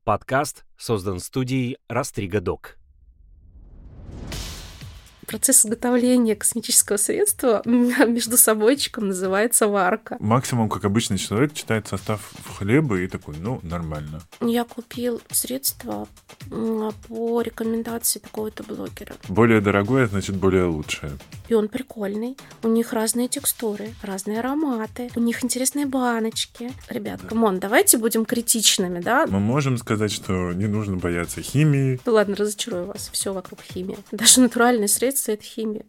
Подкаст создан студией Растрига Док. Процесс изготовления косметического средства между собойчиком называется варка. Максимум, как обычный человек, читает состав хлеба и такой, нормально. Я купил средство по рекомендации такого-то блогера. Более дорогое, значит, более лучшее. И он прикольный. У них разные текстуры, разные ароматы. У них интересные баночки. Ребят, камон, давайте будем критичными, да? Мы можем сказать, что не нужно бояться химии. Ну ладно, разочарую вас. Все вокруг химии. Даже натуральные средства — это химия.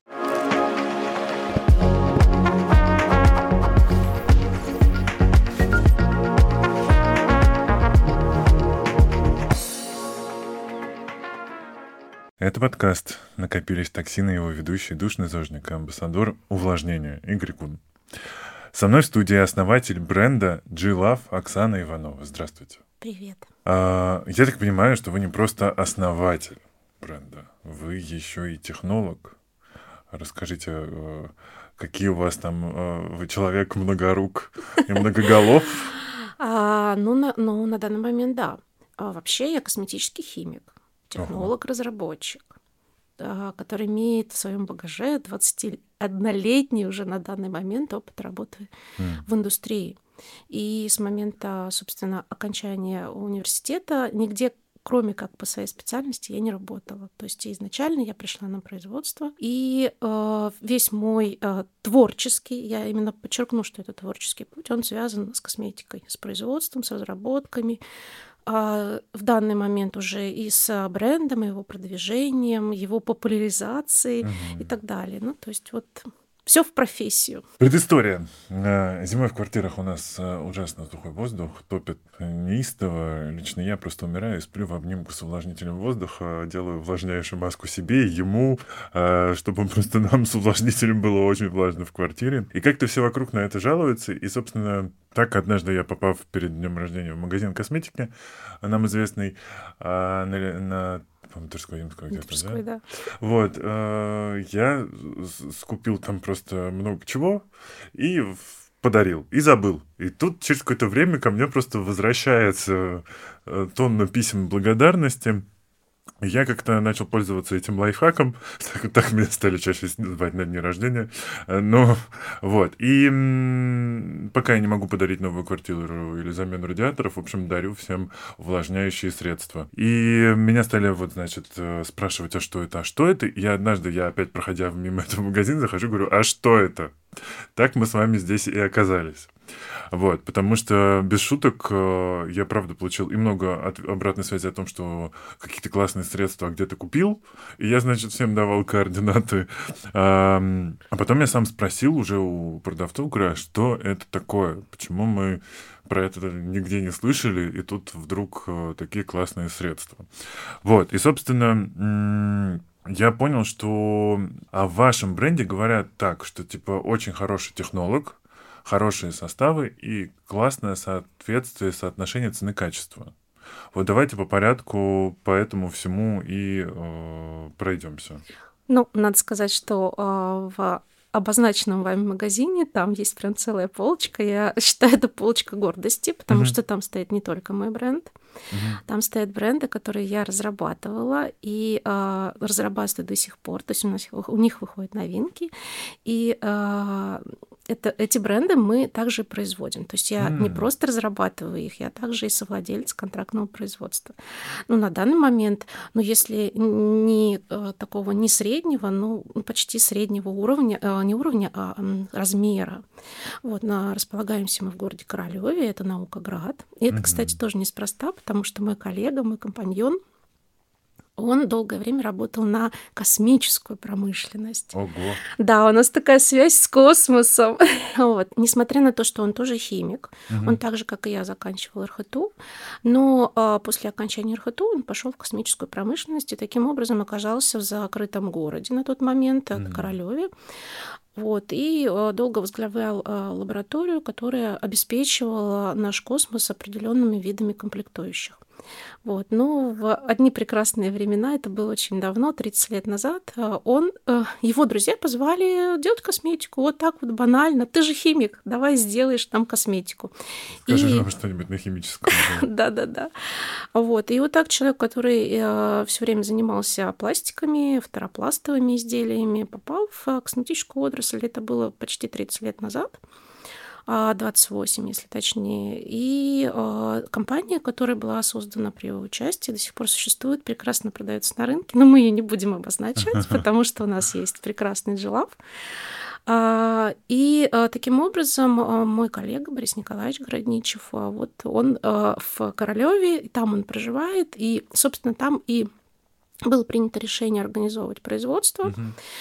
Это подкаст «Накопились токсины», его ведущий, душный зожник, амбассадор увлажнения Игорь Кун. Со мной в студии основатель бренда G-Love Оксана Иванова. Здравствуйте. Привет. Я так понимаю, что вы не просто основатель бренда, вы еще и технолог. Расскажите, какие у вас там, вы человек многорук и многоголов? На данный момент, да. Вообще я косметический химик, технолог-разработчик, который имеет в своем багаже 21-летний уже на данный момент опыт работы в индустрии. И с момента, собственно, окончания университета нигде, кроме как по своей специальности, я не работала. То есть изначально я пришла на производство, и весь мой творческий, я именно подчеркну, что это творческий путь, он связан с косметикой, с производством, с разработками, в данный момент уже и с брендом, его продвижением, его популяризацией и так далее. То есть вот все в профессию. Предыстория. Зимой в квартирах у нас ужасно сухой воздух, топит неистово. Лично я просто умираю и сплю в обнимку с увлажнителем воздуха, делаю увлажняющую маску себе и ему, чтобы просто нам с увлажнителем было очень влажно в квартире. И как-то все вокруг на это жалуются. И, собственно, так однажды я, попав перед днем рождения в магазин косметики, нам известный, на Тверской, где-то, да? Вот, я скупил там просто много чего и подарил, и забыл. И тут через какое-то время ко мне просто возвращается тонна писем благодарности. Я как-то начал пользоваться этим лайфхаком, так меня стали чаще звать на дни рождения, и пока я не могу подарить новую квартиру или замену радиаторов, в общем, дарю всем увлажняющие средства. И меня стали спрашивать, а что это? И однажды, опять проходя мимо этого магазина, захожу, говорю, а что это? Так мы с вами здесь и оказались. Вот, потому что, без шуток, я, правда, получил и много обратной связи о том, что какие-то классные средства где-то купил, и я, всем давал координаты. А потом я сам спросил уже у продавцов, говорю, а что это такое? Почему мы про это нигде не слышали, и тут вдруг такие классные средства? Вот, и, собственно, я понял, что о вашем бренде говорят так, что, очень хороший технолог, хорошие составы и классное соответствие, соотношение цены-качества. Вот давайте по порядку по этому всему и пройдемся. Надо сказать, что в обозначенном вами магазине там есть прям целая полочка. Я считаю, это полочка гордости, потому что там стоит не только мой бренд. Там стоят бренды, которые я разрабатывала и разрабатываю до сих пор. То есть у них выходят новинки. И эти бренды мы также производим. То есть я не просто разрабатываю их, я также и совладелец контрактного производства. На данный момент, если не такого не среднего, почти среднего уровня, не уровня, а размера. Вот, располагаемся мы в городе Королёве, это Наукоград. И это, кстати, тоже неспроста, потому что мой коллега, мой компаньон, он долгое время работал на космическую промышленность. Ого! Да, у нас такая связь с космосом. Вот. Несмотря на то, что он тоже химик, он так же, как и я, заканчивал РХТУ, но после окончания РХТУ он пошел в космическую промышленность и таким образом оказался в закрытом городе на тот момент, на Королёве. Вот, и долго возглавлял лабораторию, которая обеспечивала наш космос определенными видами комплектующих. Вот. Но в одни прекрасные времена, это было очень давно, 30 лет назад, его друзья позвали делать косметику. Вот так вот банально. Ты же химик, давай сделаешь нам косметику. Скажи нам что-нибудь на химическом. Да. Вот. И вот так человек, который все время занимался пластиками, фторопластовыми изделиями, попал в косметическую отрасль. Это было почти 30 лет назад. 28, если точнее. И компания, которая была создана при его участии, до сих пор существует, прекрасно продается на рынке, но мы ее не будем обозначать, потому что у нас есть прекрасный G-Love. И таким образом мой коллега Борис Николаевич Городничев, вот он в Королёве, там он проживает, и, собственно, там и было принято решение организовывать производство.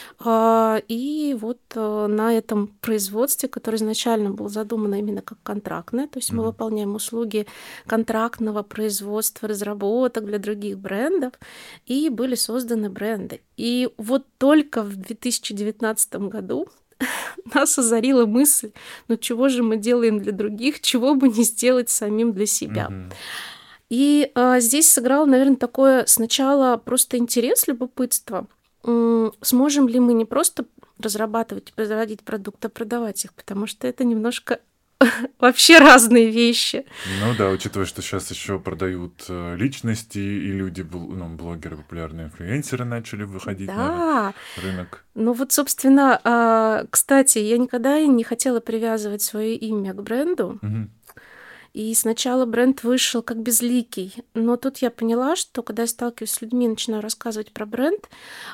И вот на этом производстве, которое изначально было задумано именно как контрактное, то есть мы выполняем услуги контрактного производства, разработок для других брендов, и были созданы бренды. И вот только в 2019 году нас озарила мысль, ну чего же мы делаем для других, чего бы не сделать самим для себя. И здесь сыграл, наверное, такое сначала просто интерес, любопытство. Сможем ли мы не просто разрабатывать и производить продукты, а продавать их, потому что это немножко вообще разные вещи. Ну да, учитывая, что сейчас еще продают личности, и люди, блогеры, популярные инфлюенсеры начали выходить на рынок. Ну вот, собственно, кстати, я никогда не хотела привязывать свое имя к бренду. И сначала бренд вышел как безликий, но тут я поняла, что когда я сталкиваюсь с людьми и начинаю рассказывать про бренд,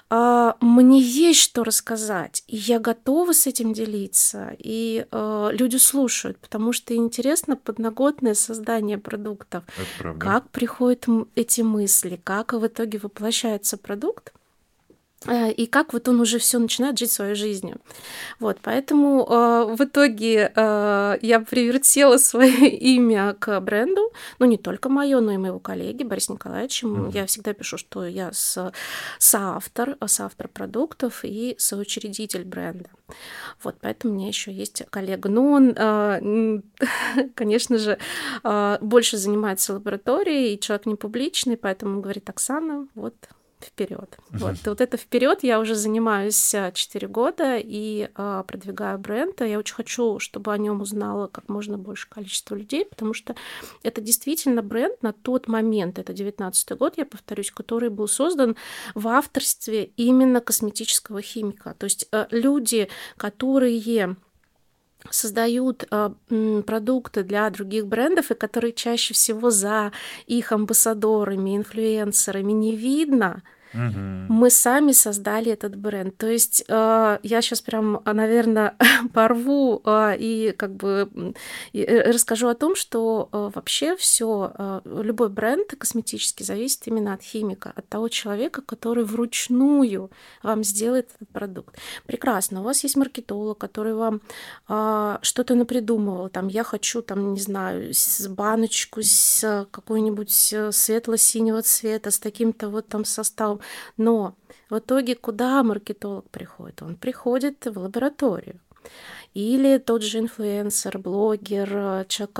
мне есть что рассказать, и я готова с этим делиться, и люди слушают, потому что интересно подноготное создание продуктов, как приходят эти мысли, как в итоге воплощается продукт. И как вот он уже все начинает жить своей жизнью. Вот, поэтому в итоге я привертела свое имя к бренду, ну не только мое, но и моего коллеги Бориса Николаевича. Я всегда пишу, что я соавтор продуктов и соучредитель бренда. Вот, поэтому у меня еще есть коллега. Но он, конечно же, больше занимается лабораторией, и человек не публичный, поэтому он говорит: Оксана, вот вперед. Вот это вперед я уже занимаюсь 4 года и продвигаю бренд. Я очень хочу, чтобы о нем узнало как можно больше количество людей, потому что это действительно бренд на тот момент, это 19-й год, я повторюсь, который был создан в авторстве именно косметического химика. То есть люди, которые создают продукты для других брендов, и которые чаще всего за их амбассадорами, инфлюенсерами не видно, мы сами создали этот бренд. То есть я сейчас прям, наверное, порву и как бы расскажу о том, что вообще все, любой бренд косметический зависит именно от химика, от того человека, который вручную вам сделает этот продукт. Прекрасно. У вас есть маркетолог, который вам что-то напридумывал. Там я хочу, там, не знаю, баночку с какой-нибудь светло-синего цвета с таким-то вот там составом. Но в итоге куда маркетолог приходит? Он приходит в лабораторию. Или тот же инфлюенсер, блогер, человек,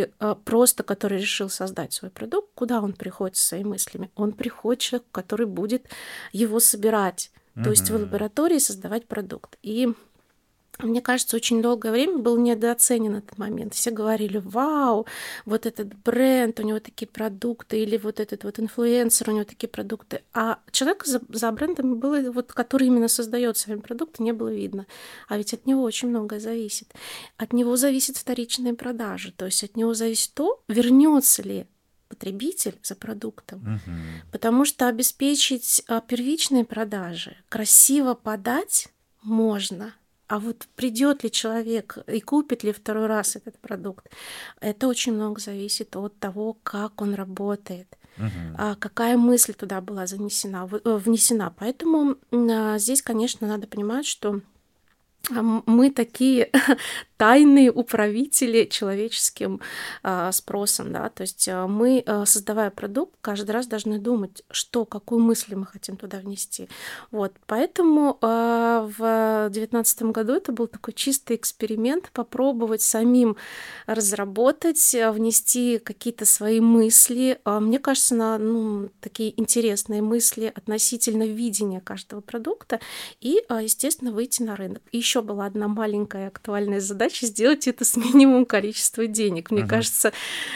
который решил создать свой продукт, куда он приходит со своими мыслями? Он приходит человек, который будет его собирать, то есть в лаборатории создавать продукт. И мне кажется, очень долгое время был недооценен этот момент. Все говорили: вау, вот этот бренд, у него такие продукты, или вот этот вот инфлюенсер, у него такие продукты. А человека за брендом было, вот, который именно создает свои продукты, не было видно. А ведь от него очень многое зависит. От него зависят вторичные продажи, то есть от него зависит то, вернется ли потребитель за продуктом. Потому что обеспечить первичные продажи, красиво подать можно. А вот придет ли человек и купит ли второй раз этот продукт, это очень много зависит от того, как он работает, какая мысль туда была внесена. Поэтому здесь, конечно, надо понимать, что Мы такие тайные управители человеческим спросом, да, то есть мы, создавая продукт, каждый раз должны думать, какую мысль мы хотим туда внести. Вот, поэтому в 2019 году это был такой чистый эксперимент, попробовать самим разработать, внести какие-то свои мысли. Мне кажется, такие интересные мысли относительно видения каждого продукта и, естественно, выйти на рынок. И еще была одна маленькая актуальная задача сделать это с минимумом количества денег. Мне кажется,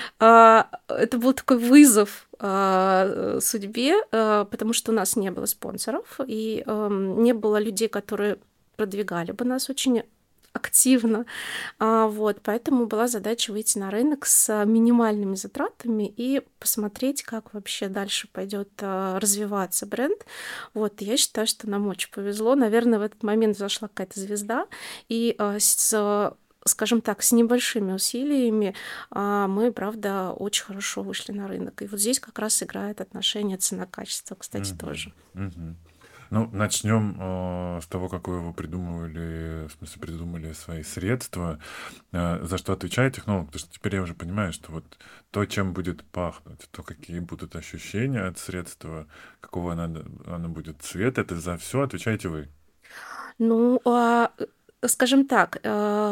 это был такой вызов судьбе, потому что у нас не было спонсоров и не было людей, которые продвигали бы нас очень активно. Вот, поэтому была задача выйти на рынок с минимальными затратами и посмотреть, как вообще дальше пойдет развиваться бренд. Вот, я считаю, что нам очень повезло. Наверное, в этот момент взошла какая-то звезда, и скажем так, с небольшими усилиями мы, правда, очень хорошо вышли на рынок. И вот здесь как раз играет отношение цена-качество, кстати, тоже. Ну, начнем с того, как вы его придумывали, в смысле, придумали свои средства, за что отвечает технолог, потому что теперь я уже понимаю, что вот то, чем будет пахнуть, то, какие будут ощущения от средства, какого оно будет цвет, это за все отвечаете вы. Ну, скажем так,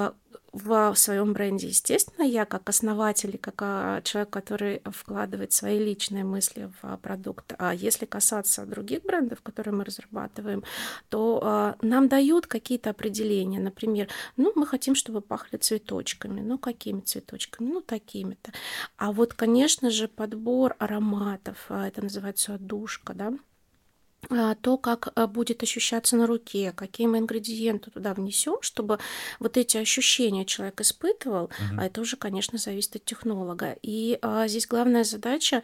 в своем бренде, естественно, я как основатель, и как человек, который вкладывает свои личные мысли в продукт. А если касаться других брендов, которые мы разрабатываем, то нам дают какие-то определения. Например, мы хотим, чтобы пахли цветочками. Какими цветочками? Такими-то. А вот, конечно же, подбор ароматов, это называется отдушка, да? То, как будет ощущаться на руке, какие мы ингредиенты туда внесем, чтобы вот эти ощущения человек испытывал, а это уже, конечно, зависит от технолога. И здесь главная задача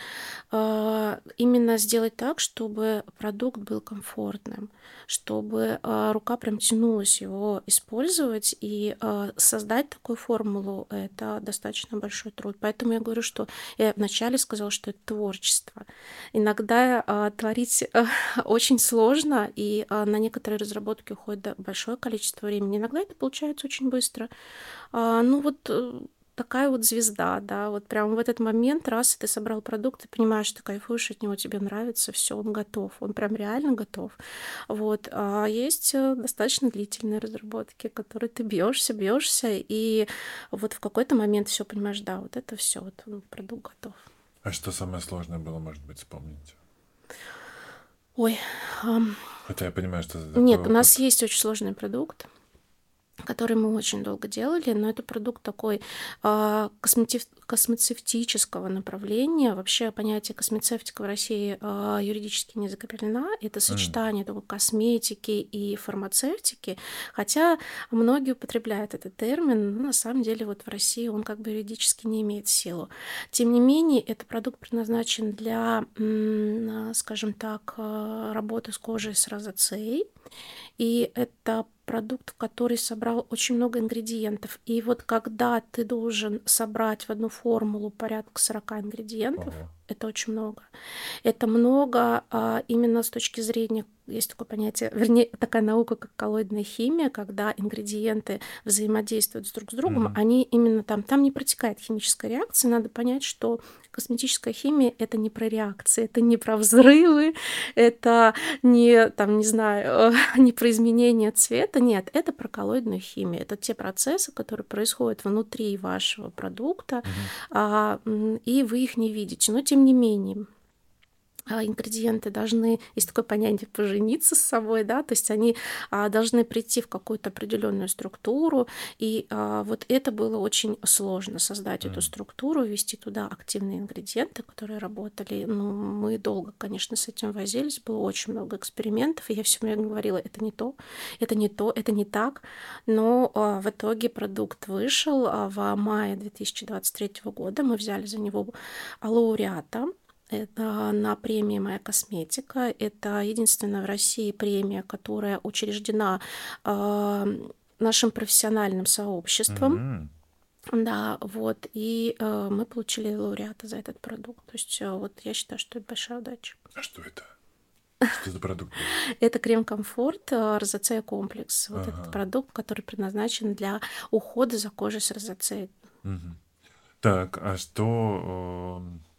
именно сделать так, чтобы продукт был комфортным, чтобы рука прям тянулась его использовать, и создать такую формулу — это достаточно большой труд. Поэтому я говорю, что я вначале сказала, что это творчество. Иногда творить очень сложно, и на некоторые разработки уходит большое количество времени. Иногда это получается очень быстро. Такая вот звезда, да, вот прямо в этот момент, раз ты собрал продукт, ты понимаешь, что кайфуешь от него, тебе нравится, все, он готов, он прям реально готов. Вот. А есть достаточно длительные разработки, которые ты бьешься, и вот в какой-то момент все понимаешь, да, вот это все, вот продукт готов. А что самое сложное было, может быть, вспомнить? Ой. Хотя я понимаю, что... это Нет, такой у нас опыт. есть очень сложный продукт, который мы очень долго делали, но это продукт такой космецевтического направления. Вообще понятие космецевтика в России юридически не закреплена. Это сочетание такой косметики и фармацевтики, хотя многие употребляют этот термин, но на самом деле вот в России он как бы юридически не имеет силу. Тем не менее, этот продукт предназначен для, скажем так, работы с кожей с розацеей. И это продукт, который собрал очень много ингредиентов. И вот когда ты должен собрать в одну формулу порядка 40 ингредиентов, это очень много. Это много именно с точки зрения, есть такое понятие, вернее, такая наука, как коллоидная химия, когда ингредиенты взаимодействуют друг с другом, они именно там не протекает химическая реакция. Надо понять, что косметическая химия — это не про реакции, это не про взрывы, это не, там, не знаю, не про изменение цвета, нет, это про коллоидную химию. Это те процессы, которые происходят внутри вашего продукта, и вы их не видите. Но тем не менее, ингредиенты должны, есть такое понятие, пожениться с собой, да, то есть они должны прийти в какую-то определенную структуру, и вот это было очень сложно создать эту структуру, ввести туда активные ингредиенты, которые работали. Мы долго, конечно, с этим возились, было очень много экспериментов, и я все время говорила, это не то, это не так, но в итоге продукт вышел в мае 2023 года, мы взяли за него лауреата. Это на премии «Моя косметика». Это единственная в России премия, которая учреждена нашим профессиональным сообществом. Да, вот. И мы получили лауреата за этот продукт. То есть вот я считаю, что это большая удача. А что это? Что за продукт? Это крем-комфорт розацея комплекс. Вот этот Ага. продукт, который предназначен для ухода за кожей с розацеей. Мгм. Так, а что,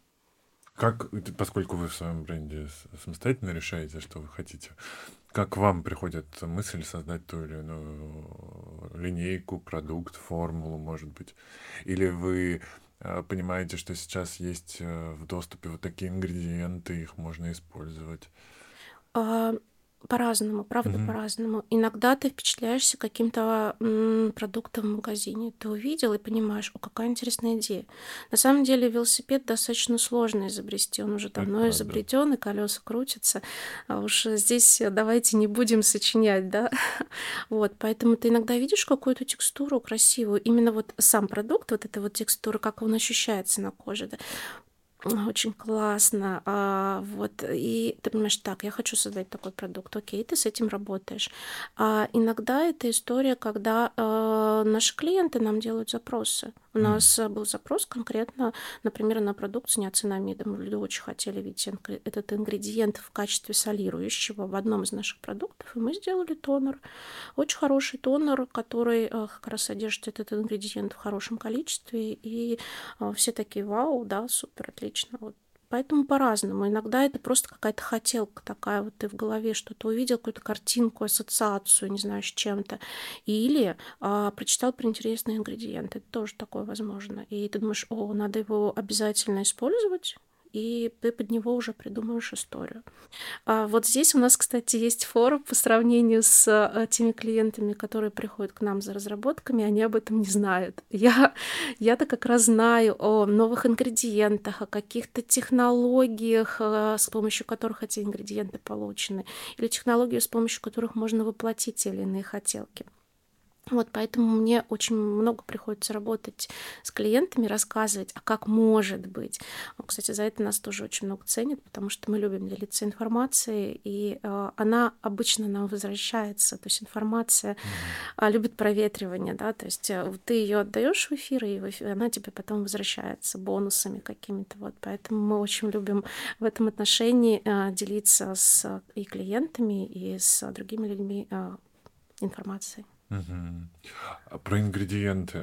как, поскольку вы в своем бренде самостоятельно решаете, что вы хотите, как вам приходит мысль создать ту или иную линейку, продукт, формулу, может быть? Или вы понимаете, что сейчас есть в доступе вот такие ингредиенты, их можно использовать? А, По-разному, правда, Мгм. по-разному. Иногда ты впечатляешься каким-то продуктом в магазине. Ты увидел и понимаешь, о, какая интересная идея. На самом деле велосипед достаточно сложно изобрести. Он уже Это давно правда. изобретен, и колеса крутятся. А уж здесь давайте не будем сочинять, да? Вот, поэтому ты иногда видишь какую-то текстуру красивую. Именно вот сам продукт, вот эта вот текстура, как он ощущается на коже, да, очень классно. Вот, и ты понимаешь, так, я хочу создать такой продукт. Окей, ты с этим работаешь. Иногда это история, когда наши клиенты нам делают запросы. У нас был запрос конкретно, например, на продукт с неоцинамидом. Люди очень хотели видеть этот ингредиент в качестве солирующего в одном из наших продуктов, и мы сделали тонер. Очень хороший тонер, который как раз содержит этот ингредиент в хорошем количестве, и все такие: вау, да, супер, отлично. Вот. Поэтому по-разному. Иногда это просто какая-то хотелка такая, вот ты в голове что-то увидел, какую-то картинку, ассоциацию, не знаю, с чем-то. Или прочитал про интересный ингредиент. Это тоже такое возможно. И ты думаешь, о, надо его обязательно использовать, и ты под него уже придумаешь историю. Вот здесь у нас, кстати, есть форум по сравнению с теми клиентами, которые приходят к нам за разработками, они об этом не знают. Я-то как раз знаю о новых ингредиентах, о каких-то технологиях, с помощью которых эти ингредиенты получены, или технологии, с помощью которых можно воплотить те или иные хотелки. Вот, поэтому мне очень много приходится работать с клиентами, рассказывать, а как может быть. Кстати, за это нас тоже очень много ценят, потому что мы любим делиться информацией, и она обычно нам возвращается. То есть информация любит проветривание, да, то есть ты ее отдаешь в эфир, и она тебе потом возвращается бонусами какими-то. Вот, поэтому мы очень любим в этом отношении делиться с и клиентами, и с другими людьми информацией. Мгм. А про ингредиенты,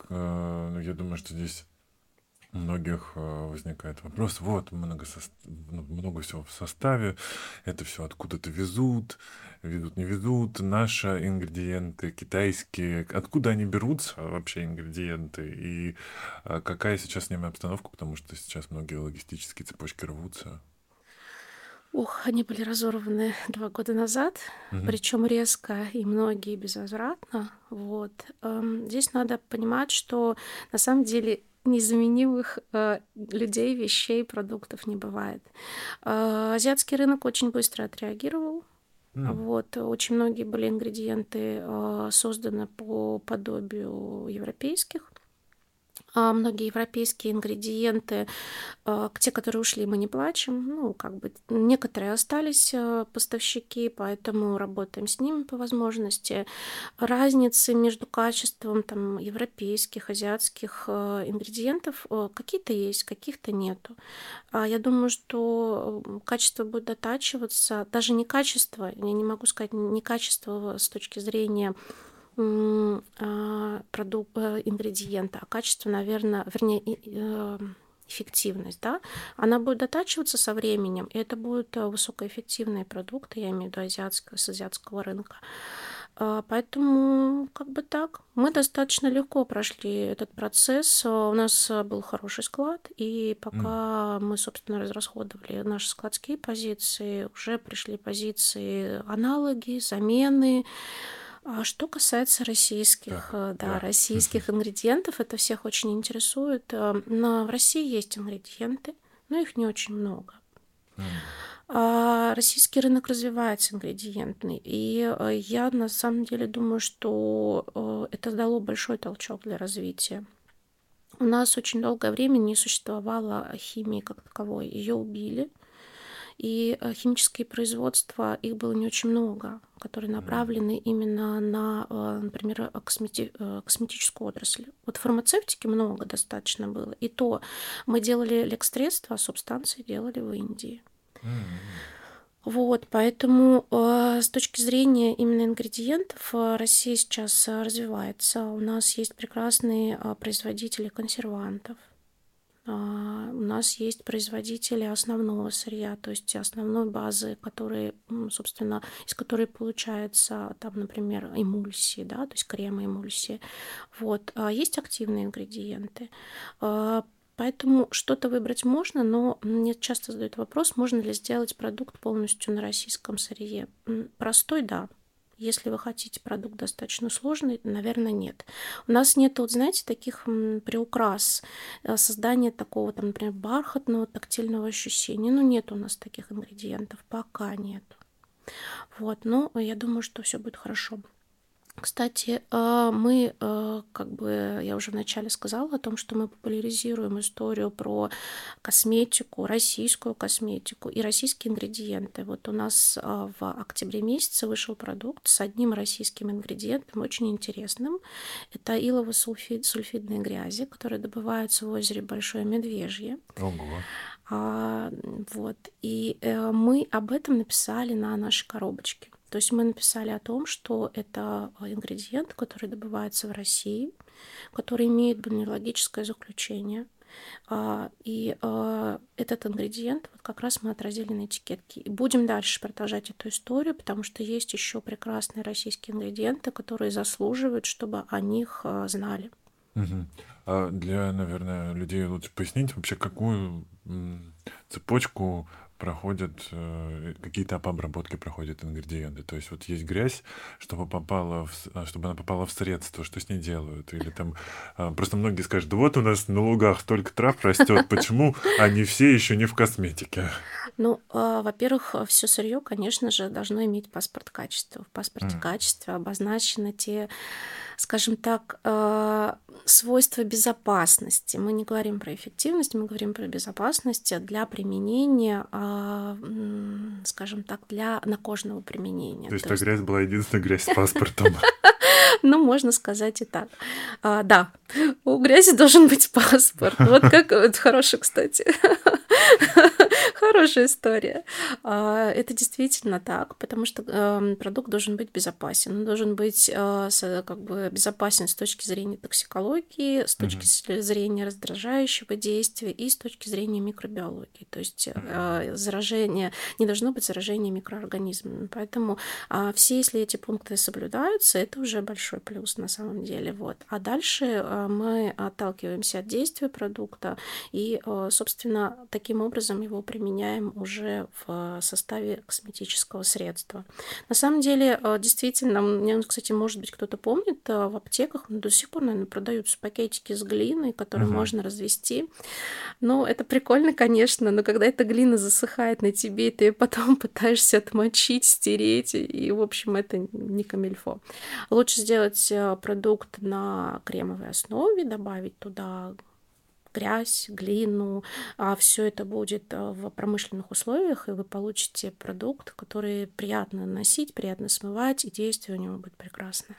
ну, я думаю, что здесь у многих возникает вопрос, вот много всего в составе, это все откуда-то везут, не везут, наши ингредиенты, китайские, откуда они берутся вообще ингредиенты, и какая сейчас с ними обстановка, потому что сейчас многие логистические цепочки рвутся. Они были разорваны 2 года назад, Мгм. причем резко и многие безвозвратно. Вот. Здесь надо понимать, что на самом деле незаменимых людей, вещей, продуктов не бывает. Азиатский рынок очень быстро отреагировал. М. Вот. Очень многие были ингредиенты созданы по подобию европейских. Многие европейские ингредиенты, те, которые ушли, мы не плачем. Ну, как бы некоторые остались поставщики, поэтому работаем с ними по возможности. Разницы между качеством там европейских, азиатских ингредиентов какие-то есть, каких-то нету. Я думаю, что качество будет дотачиваться. Даже не качество, я не могу сказать не качество с точки зрения ингредиента, а качество, наверное, вернее, эффективность, да, она будет дотачиваться со временем, и это будут высокоэффективные продукты, я имею в виду с азиатского рынка. Поэтому как бы так. Мы достаточно легко прошли этот процесс. У нас был хороший склад, и пока мы, собственно, разрасходовали наши складские позиции, уже пришли позиции аналоги, замены. Что касается российских, Так, да, да. российских ингредиентов, это всех очень интересует. В России есть ингредиенты, но их не очень много. Российский рынок развивается ингредиентный, и я на самом деле думаю, что это дало большой толчок для развития. У нас очень долгое время не существовало химии как таковой, ее убили. И химические производства, их было не очень много, которые направлены именно на, например, косметическую отрасль. Вот фармацевтики много достаточно было. И то мы делали лекс-средства, а субстанции делали в Индии. Вот, поэтому с точки зрения именно ингредиентов Россия сейчас развивается. У нас есть прекрасные производители консервантов. У нас есть производители основного сырья, то есть основной базы, которые, собственно, из которой получается, там, например, эмульсии, да, то есть крема эмульсии. Вот. Есть активные ингредиенты. Поэтому что-то выбрать можно, но мне часто задают вопрос, можно ли сделать продукт полностью на российском сырье. Простой, да. Если вы хотите продукт достаточно сложный, наверное, нет. У нас нет, вот, знаете, таких приукрас создания такого, там, например, бархатного тактильного ощущения. Ну, нет у нас таких ингредиентов, пока нет. Вот, но я думаю, что все будет хорошо. Кстати, мы, как бы, я уже вначале сказала о том, что мы популяризируем историю про косметику, российскую косметику и российские ингредиенты. Вот у нас в октябре месяце вышел продукт с одним российским ингредиентом, очень интересным. Это илово-сульфидные грязи, которые добываются в озере Большое Медвежье. Ого. Вот. И мы об этом написали на нашей коробочке. То есть мы написали о том, что это ингредиент, который добывается в России, который имеет бальнеологическое заключение. И этот ингредиент вот как раз мы отразили на этикетке. И будем дальше продолжать эту историю, потому что есть еще прекрасные российские ингредиенты, которые заслуживают, чтобы о них знали. Мгм. А для, наверное, людей лучше пояснить вообще, какую цепочку проходят, какие этапы обработки проходят ингредиенты. То есть вот есть грязь, чтобы чтобы она попала в средство, что с ней делают? Или там просто многие скажут, да вот у нас на лугах столько трав растет, почему они все еще не в косметике? Ну, во-первых, все сырье, конечно же, должно иметь паспорт качества. В паспорте качества обозначены те, скажем так, свойства безопасности. Мы не говорим про эффективность, мы говорим про безопасность для применения, скажем так, для накожного применения. То есть та грязь была единственная грязь с паспортом. Ну, можно сказать и так. Да, у грязи должен быть паспорт. Вот как это хорошо, кстати. Хорошая история. Это действительно так, потому что продукт должен быть безопасен. Он должен быть как бы безопасен с точки зрения токсикологии, с точки зрения раздражающего действия и с точки зрения микробиологии. То есть заражение, не должно быть заражения микроорганизмами. Поэтому все, если эти пункты соблюдаются, это уже большой плюс на самом деле. Вот. А дальше мы отталкиваемся от действия продукта и, собственно, таким образом его применяем уже в составе косметического средства. На самом деле, действительно, кстати, может быть, кто-то помнит, в аптеках до сих пор, наверное, продаются пакетики с глиной, которые можно развести. Ну, это прикольно, конечно, но когда эта глина засыхает на тебе, и ты ее потом пытаешься отмочить, стереть, и, в общем, это не камильфо. Лучше сделать продукт на кремовой основе, добавить туда грязь, глину, а все это будет в промышленных условиях, и вы получите продукт, который приятно носить, приятно смывать, и действие у него будет прекрасное.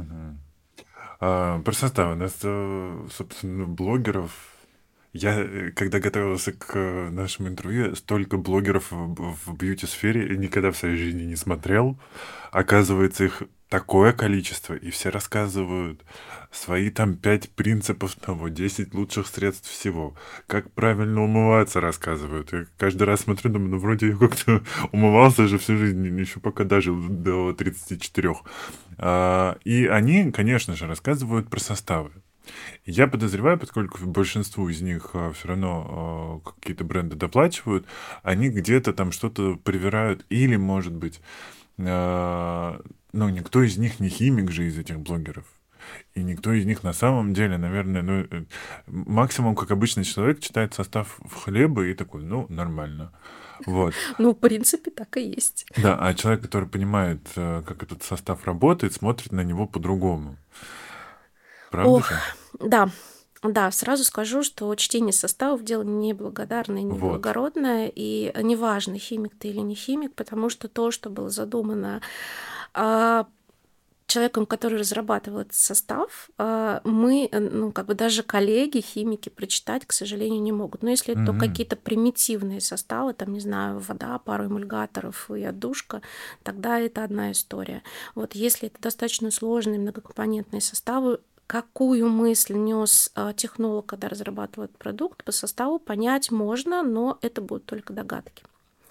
Про состав. У нас, собственно, блогеров. Я, когда готовился к нашему интервью, столько блогеров в бьюти-сфере никогда в своей жизни не смотрел. Оказывается, их такое количество, и все рассказывают свои там 5 принципов того, 10 лучших средств всего. Как правильно умываться рассказывают. Я каждый раз смотрю, думаю, ну вроде я как-то умывался же всю жизнь, еще пока дожил до 34. И они, конечно же, рассказывают про составы. Я подозреваю, поскольку большинству из них все равно какие-то бренды доплачивают, они где-то там что-то привирают, или, может быть, ну, никто из них не химик же из этих блогеров. И никто из них на самом деле, наверное, ну, максимум, как обычный человек, читает состав хлеба и такой, ну, нормально. Вот. Ну, в принципе, так и есть. Да, а человек, который понимает, как этот состав работает, смотрит на него по-другому. Правда же? Да. Да, сразу скажу, что чтение составов дело неблагодарное, неблагородное, вот. И неважно, химик ты или не химик, потому что то, что было задумано человеком, который разрабатывал этот состав, мы, даже коллеги, химики прочитать, к сожалению, не могут. Но если это какие-то примитивные составы, там, не знаю, вода, пару эмульгаторов и отдушка, тогда это одна история. Вот если это достаточно сложные многокомпонентные составы, какую мысль нес технолог, когда разрабатывал этот продукт, по составу понять можно, но это будут только догадки.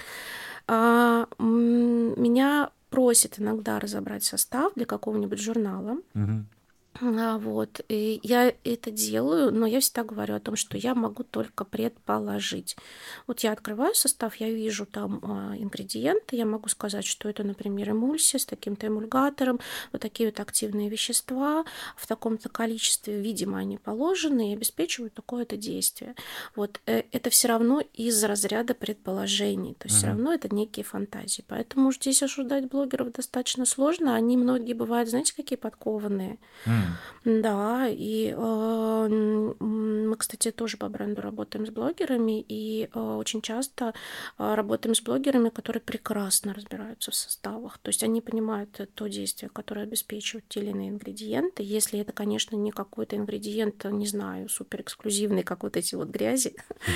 Меня просят иногда разобрать состав для какого-нибудь журнала. Вот. И я это делаю, но я всегда говорю о том, что я могу только предположить. Вот я открываю состав, я вижу там ингредиенты, я могу сказать, что это, например, эмульсия с таким-то эмульгатором, вот такие вот активные вещества в таком-то количестве, видимо, они положены и обеспечивают такое-то действие. Вот. Это все равно из разряда предположений, то есть все равно это некие фантазии. Поэтому здесь осуждать блогеров достаточно сложно. Они многие бывают, знаете, какие подкованные. Да, и мы, кстати, тоже по бренду работаем с блогерами, и очень часто работаем с блогерами, которые прекрасно разбираются в составах. То есть они понимают то действие, которое обеспечивают те или иные ингредиенты. Если это, конечно, не какой-то ингредиент, не знаю, супер эксклюзивный, как вот эти вот грязи.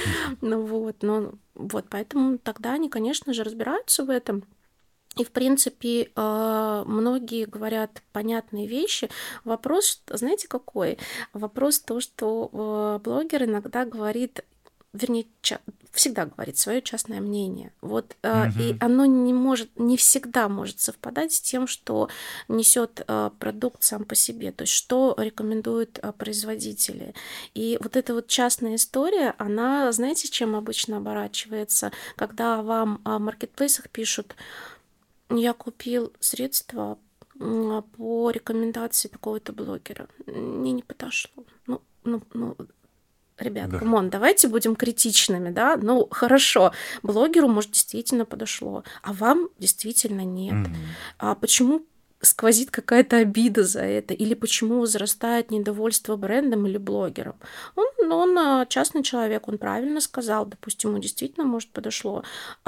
Вот, поэтому тогда они, конечно же, разбираются в этом. И, в принципе, многие говорят понятные вещи. Вопрос, знаете, какой? Вопрос то, что блогер иногда говорит, вернее, всегда говорит свое частное мнение. Вот, и оно не всегда может совпадать с тем, что несет продукт сам по себе, то есть что рекомендуют производители. И вот эта вот частная история, она, знаете, чем обычно оборачивается? Когда вам в маркетплейсах пишут: я купил средства по рекомендации такого-то блогера. Мне не подошло. Ребят, камон, давайте будем критичными, да? Ну, хорошо, блогеру, может, действительно подошло, а вам действительно нет. А почему сквозит какая-то обида за это, или почему возрастает недовольство брендом или блогером? Он частный человек, он правильно сказал, допустим, ему действительно, может, подошло.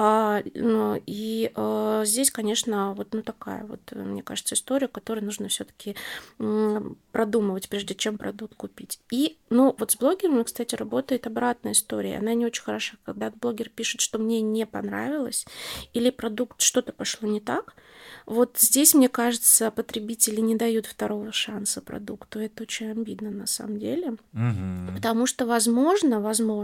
Здесь, конечно, такая мне кажется, история, которую нужно все-таки продумывать, прежде чем продукт купить. И, с блогерами, кстати, работает обратная история. Она не очень хороша, когда блогер пишет, что мне не понравилось, или продукт что-то пошло не так. Вот здесь, мне кажется, потребители не дают второго шанса продукту. Это очень обидно на самом деле. Потому что, возможно,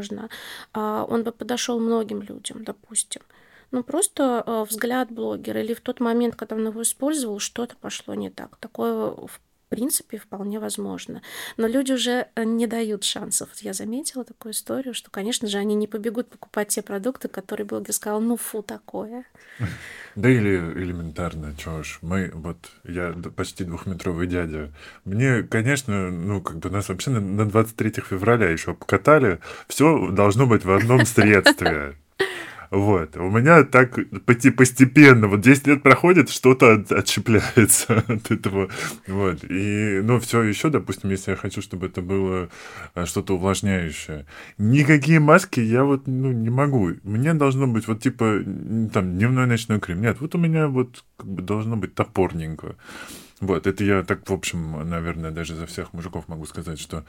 он бы подошел многим людям, допустим. Просто взгляд блогера или в тот момент, когда он его использовал, что-то пошло не так. Такое в принципе вполне возможно. Но люди уже не дают шансов. Я заметила такую историю, что, конечно же, они не побегут покупать те продукты, которые блогер сказал, фу, такое. Да или элементарно, чё ж, я почти 2-метровый дядя. Мне, конечно, нас вообще на 23 февраля еще покатали, все должно быть в одном средстве. Вот. У меня так постепенно, 10 лет проходит, что-то отщепляется от этого. Вот. И, все еще, допустим, если я хочу, чтобы это было что-то увлажняющее. Никакие маски я не могу. Мне должно быть дневной ночной крем. Нет, у меня должно быть топорненько. Вот. Это я так, в общем, наверное, даже за всех мужиков могу сказать, что...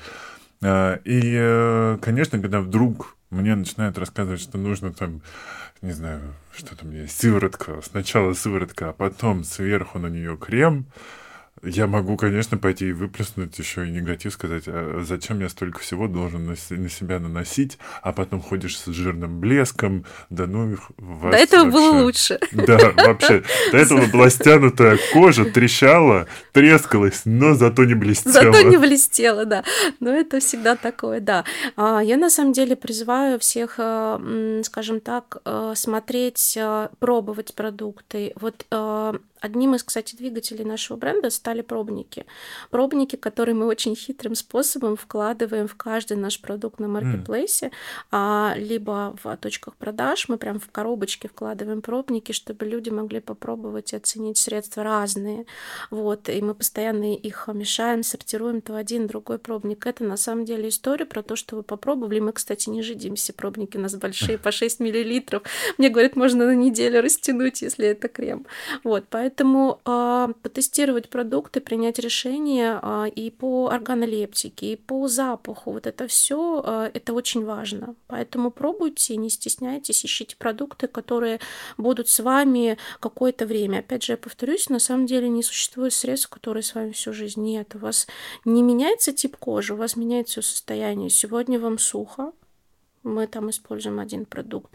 конечно, когда вдруг мне начинают рассказывать, что нужно не знаю, что там есть, сыворотка. Сначала сыворотка, а потом сверху на нее крем. Я могу, конечно, пойти и выплеснуть еще и негатив, сказать, а зачем я столько всего должен на себя наносить, а потом ходишь с жирным блеском, До этого было лучше. Да, вообще. До этого была стянутая кожа, трещала, трескалась, но зато не блестела. Да. Но это всегда такое, да. Я на самом деле призываю всех, скажем так, смотреть, пробовать продукты. Одним из, кстати, двигателей нашего бренда стали пробники. Пробники, которые мы очень хитрым способом вкладываем в каждый наш продукт на маркетплейсе, либо в точках продаж. Мы прям в коробочке вкладываем пробники, чтобы люди могли попробовать и оценить средства разные. И мы постоянно их мешаем, сортируем то один, другой пробник. Это на самом деле история про то, что вы попробовали. Мы, кстати, не жидимся. Пробники у нас большие, по 6 мл. Мне говорят, можно на неделю растянуть, если это крем. Поэтому Поэтому потестировать продукты, принять решение и по органолептике, и по запаху, вот это все, это очень важно. Поэтому пробуйте, не стесняйтесь, ищите продукты, которые будут с вами какое-то время. Опять же, я повторюсь, на самом деле не существует средств, которые с вами всю жизнь. Нет, у вас не меняется тип кожи, у вас меняется всё состояние. Сегодня вам сухо, мы там используем один продукт.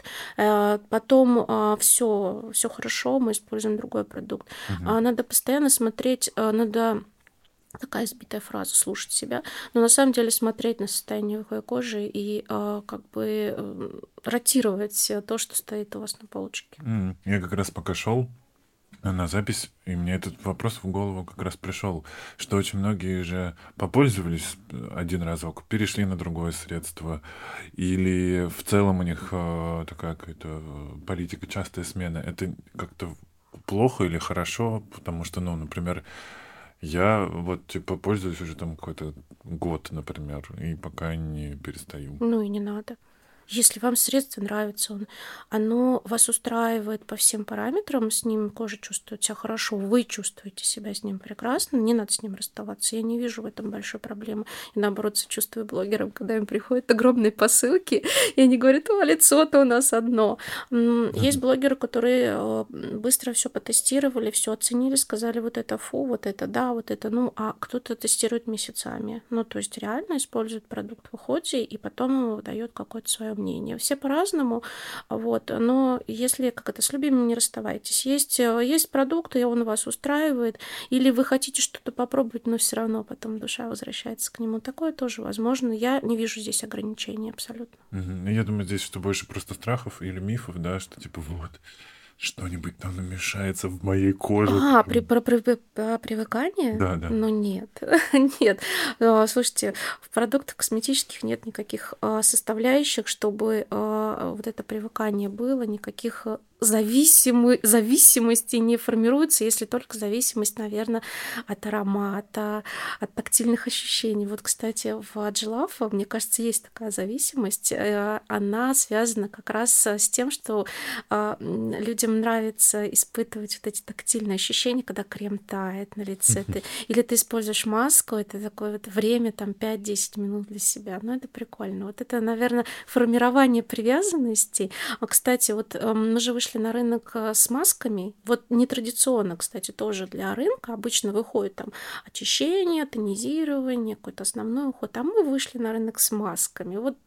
Потом все хорошо, мы используем другой продукт. Надо постоянно смотреть, надо такая избитая фраза, слушать себя, но на самом деле смотреть на состояние кожи и как бы ротировать то, что стоит у вас на полочке. Я как раз пока шел на запись, и мне этот вопрос в голову как раз пришел, что очень многие же попользовались один разок, перешли на другое средство, или в целом у них такая какая-то политика частая смена. Это как-то плохо или хорошо? Потому что, ну, например, я вот типа пользуюсь уже там какой-то год, например, и пока не перестаю. Ну и не надо. Если вам средство нравится, оно вас устраивает по всем параметрам, с ним кожа чувствует себя хорошо, вы чувствуете себя с ним прекрасно, не надо с ним расставаться. Я не вижу в этом большой проблемы. И наоборот, сочувствую блогерам, когда им приходят огромные посылки, и они говорят: о, лицо-то у нас одно. Есть блогеры, которые быстро все потестировали, все оценили, сказали: вот это фу, вот это да, вот это ну, а кто-то тестирует месяцами. Ну, то есть реально использует продукт в уходе и потом дает какое-то свое мнение. Все по-разному, вот, но если, как это, с любимым не расставайтесь. Есть продукты, и он вас устраивает, или вы хотите что-то попробовать, но все равно потом душа возвращается к нему. Такое тоже возможно. Я не вижу здесь ограничений абсолютно. Я думаю, здесь что больше просто страхов или мифов, да, что типа вот что-нибудь там намешается в моей коже. Про привыкание? Да, да. Ну нет, нет. Слушайте, в продуктах косметических нет никаких составляющих, чтобы вот это привыкание было, никаких зависимости не формируется, если только зависимость, наверное, от аромата, от тактильных ощущений. Вот, кстати, в Agilaf, мне кажется, есть такая зависимость. Она связана как раз с тем, что людям нравится испытывать вот эти тактильные ощущения, когда крем тает на лице. Или ты используешь маску, это такое вот время, там, 5-10 минут для себя. Ну, это прикольно. Вот это, наверное, формирование привязанности. Кстати, вот мы же вышли на рынок с масками. Вот нетрадиционно, кстати, тоже для рынка. Обычно выходит там очищение, тонизирование, какой-то основной уход. А мы вышли на рынок с масками. Вот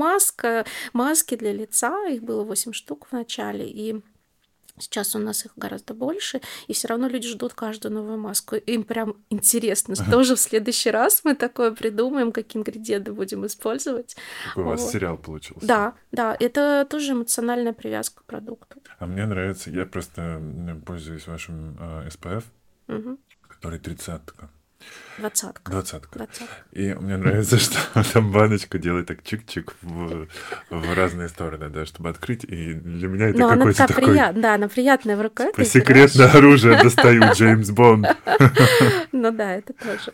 маски для лица, их было 8 штук в начале, и сейчас у нас их гораздо больше, и все равно люди ждут каждую новую маску. Им прям интересно, что же в следующий раз мы такое придумаем, какие ингредиенты будем использовать. Какой у вас сериал получился. Да, это тоже эмоциональная привязка к продукту. А мне нравится, я просто пользуюсь вашим SPF, который 30-ка. 20-ка. И мне нравится, что там баночка делает так чик-чик в разные стороны, да, чтобы открыть. И для меня это какой-то такой... она приятная в руках. Секретное оружие достаю, Джеймс Бонд. Ну да, это тоже.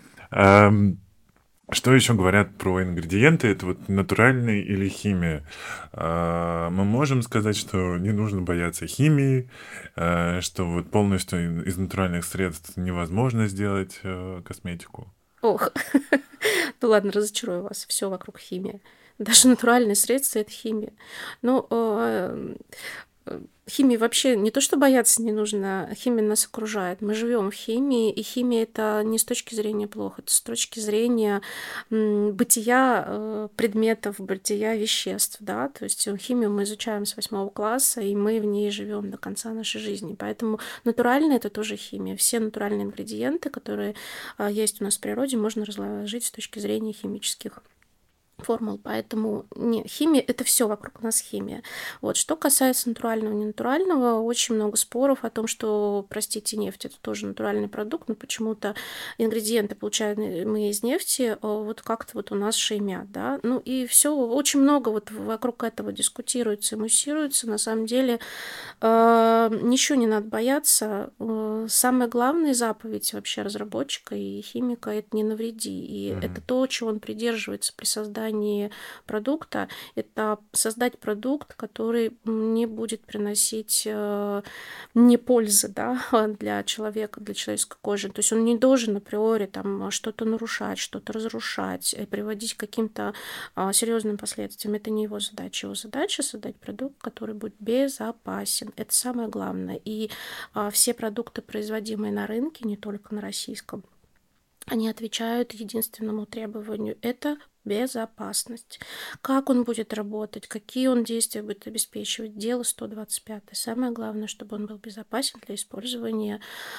Что еще говорят про ингредиенты? Это вот натуральные или химия? Мы можем сказать, что не нужно бояться химии, что вот полностью из натуральных средств невозможно сделать косметику. Ох, ну ладно, разочарую вас, все вокруг химия. Даже натуральные средства — это химия. Ну, химии вообще не то, что бояться не нужно, химия нас окружает. Мы живем в химии, и химия — это не с точки зрения плохо, это с точки зрения бытия предметов, бытия веществ, да, то есть химию мы изучаем с 8 класса, и мы в ней живем до конца нашей жизни. Поэтому натуральное — это тоже химия. Все натуральные ингредиенты, которые есть у нас в природе, можно разложить с точки зрения химических формул, поэтому не, химия — это все вокруг нас химия. Вот. Что касается натурального и ненатурального, очень много споров о том, что, простите, нефть — это тоже натуральный продукт, но почему-то ингредиенты получаем мы из нефти, вот как-то вот у нас шеймят, да. Ну и все, очень много вот вокруг этого дискутируется и муссируется. На самом деле ничего не надо бояться. Самая главная заповедь вообще разработчика и химика — это не навреди. И это то, чего он придерживается при создании создании продукта — это создать продукт, который не будет приносить не пользы, да, для человека, для человеческой кожи. То есть он не должен априори там что-то нарушать, что-то разрушать, приводить к каким-то серьезным последствиям. Это не его задача. Его задача — создать продукт, который будет безопасен. Это самое главное. И все продукты, производимые на рынке, не только на российском, они отвечают единственному требованию — это безопасность. Как он будет работать, какие он действия будет обеспечивать — дело 125. Самое главное, чтобы он был безопасен для использования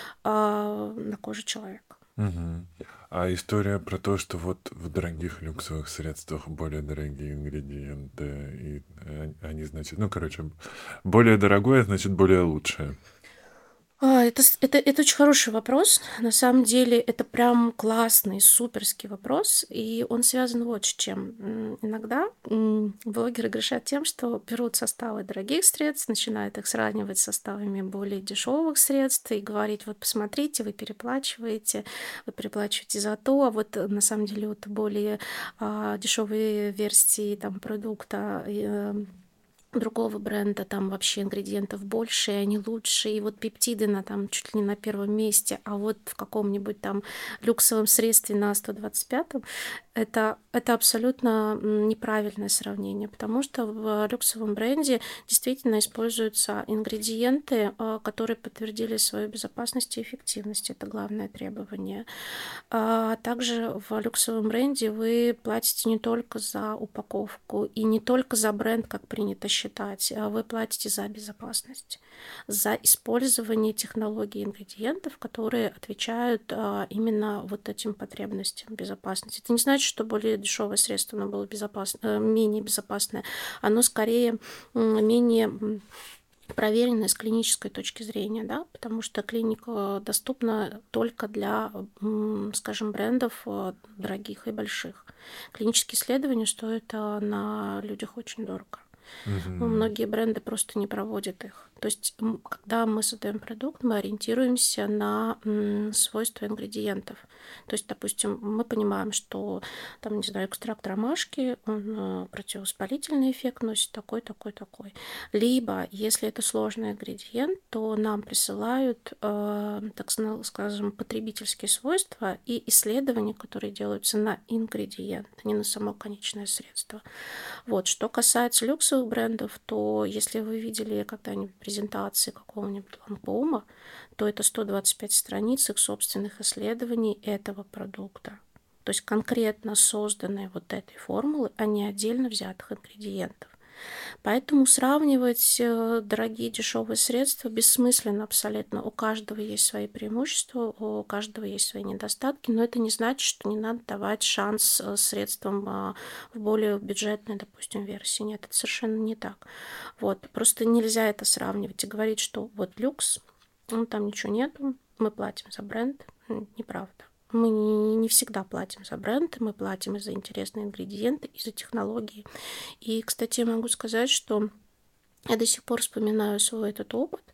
на коже человека. Мгм. А история про то, что вот в дорогих люксовых средствах более дорогие ингредиенты, и они, значит, ну, короче, более дорогое, значит, более лучшее. Это очень хороший вопрос. На самом деле это прям классный, суперский вопрос, и он связан вот с чем. Иногда блогеры грешат тем, что берут составы дорогих средств, начинают их сравнивать с составами более дешевых средств и говорить: вот посмотрите, вы переплачиваете за то, а вот на самом деле вот более дешевые версии там продукта другого бренда, там вообще ингредиентов больше, и они лучше, и вот пептиды там чуть ли не на первом месте, а вот в каком-нибудь там люксовом средстве на 125-м это абсолютно неправильное сравнение, потому что в люксовом бренде действительно используются ингредиенты, которые подтвердили свою безопасность и эффективность. Это главное требование. Также в люксовом бренде вы платите не только за упаковку и не только за бренд, как принято считать, вы платите за безопасность, за использование технологий ингредиентов, которые отвечают именно вот этим потребностям безопасности. Это не значит, что более дешевое средство, оно было менее безопасное. Оно скорее менее проверенная с клинической точки зрения, да, потому что клиника доступна только для, скажем, брендов дорогих и больших. Клинические исследования стоят на людях очень дорого. Многие бренды просто не проводят их. То есть, когда мы создаем продукт, мы ориентируемся на свойства ингредиентов. То есть, допустим, мы понимаем, что там, не знаю, экстракт ромашки, он противовоспалительный эффект носит такой, такой, такой. Либо, если это сложный ингредиент, то нам присылают, так скажем, потребительские свойства и исследования, которые делаются на ингредиент, не на само конечное средство. Вот. Что касается люксовых брендов, то если вы видели когда-нибудь презентации какого-нибудь Ланкома, то это 125 страниц их собственных исследований этого продукта. То есть конкретно созданные вот этой формулы, а не отдельно взятых ингредиентов. Поэтому сравнивать дорогие и дешевые средства бессмысленно абсолютно. У каждого есть свои преимущества, у каждого есть свои недостатки, но это не значит, что не надо давать шанс средствам в более бюджетной, допустим, версии. Нет, это совершенно не так. Вот. Просто нельзя это сравнивать и говорить, что вот люкс, там ничего нету, мы платим за бренд. Неправда. Мы не всегда платим за бренд, мы платим и за интересные ингредиенты, и за технологии. И, кстати, я могу сказать, что я до сих пор вспоминаю свой этот опыт.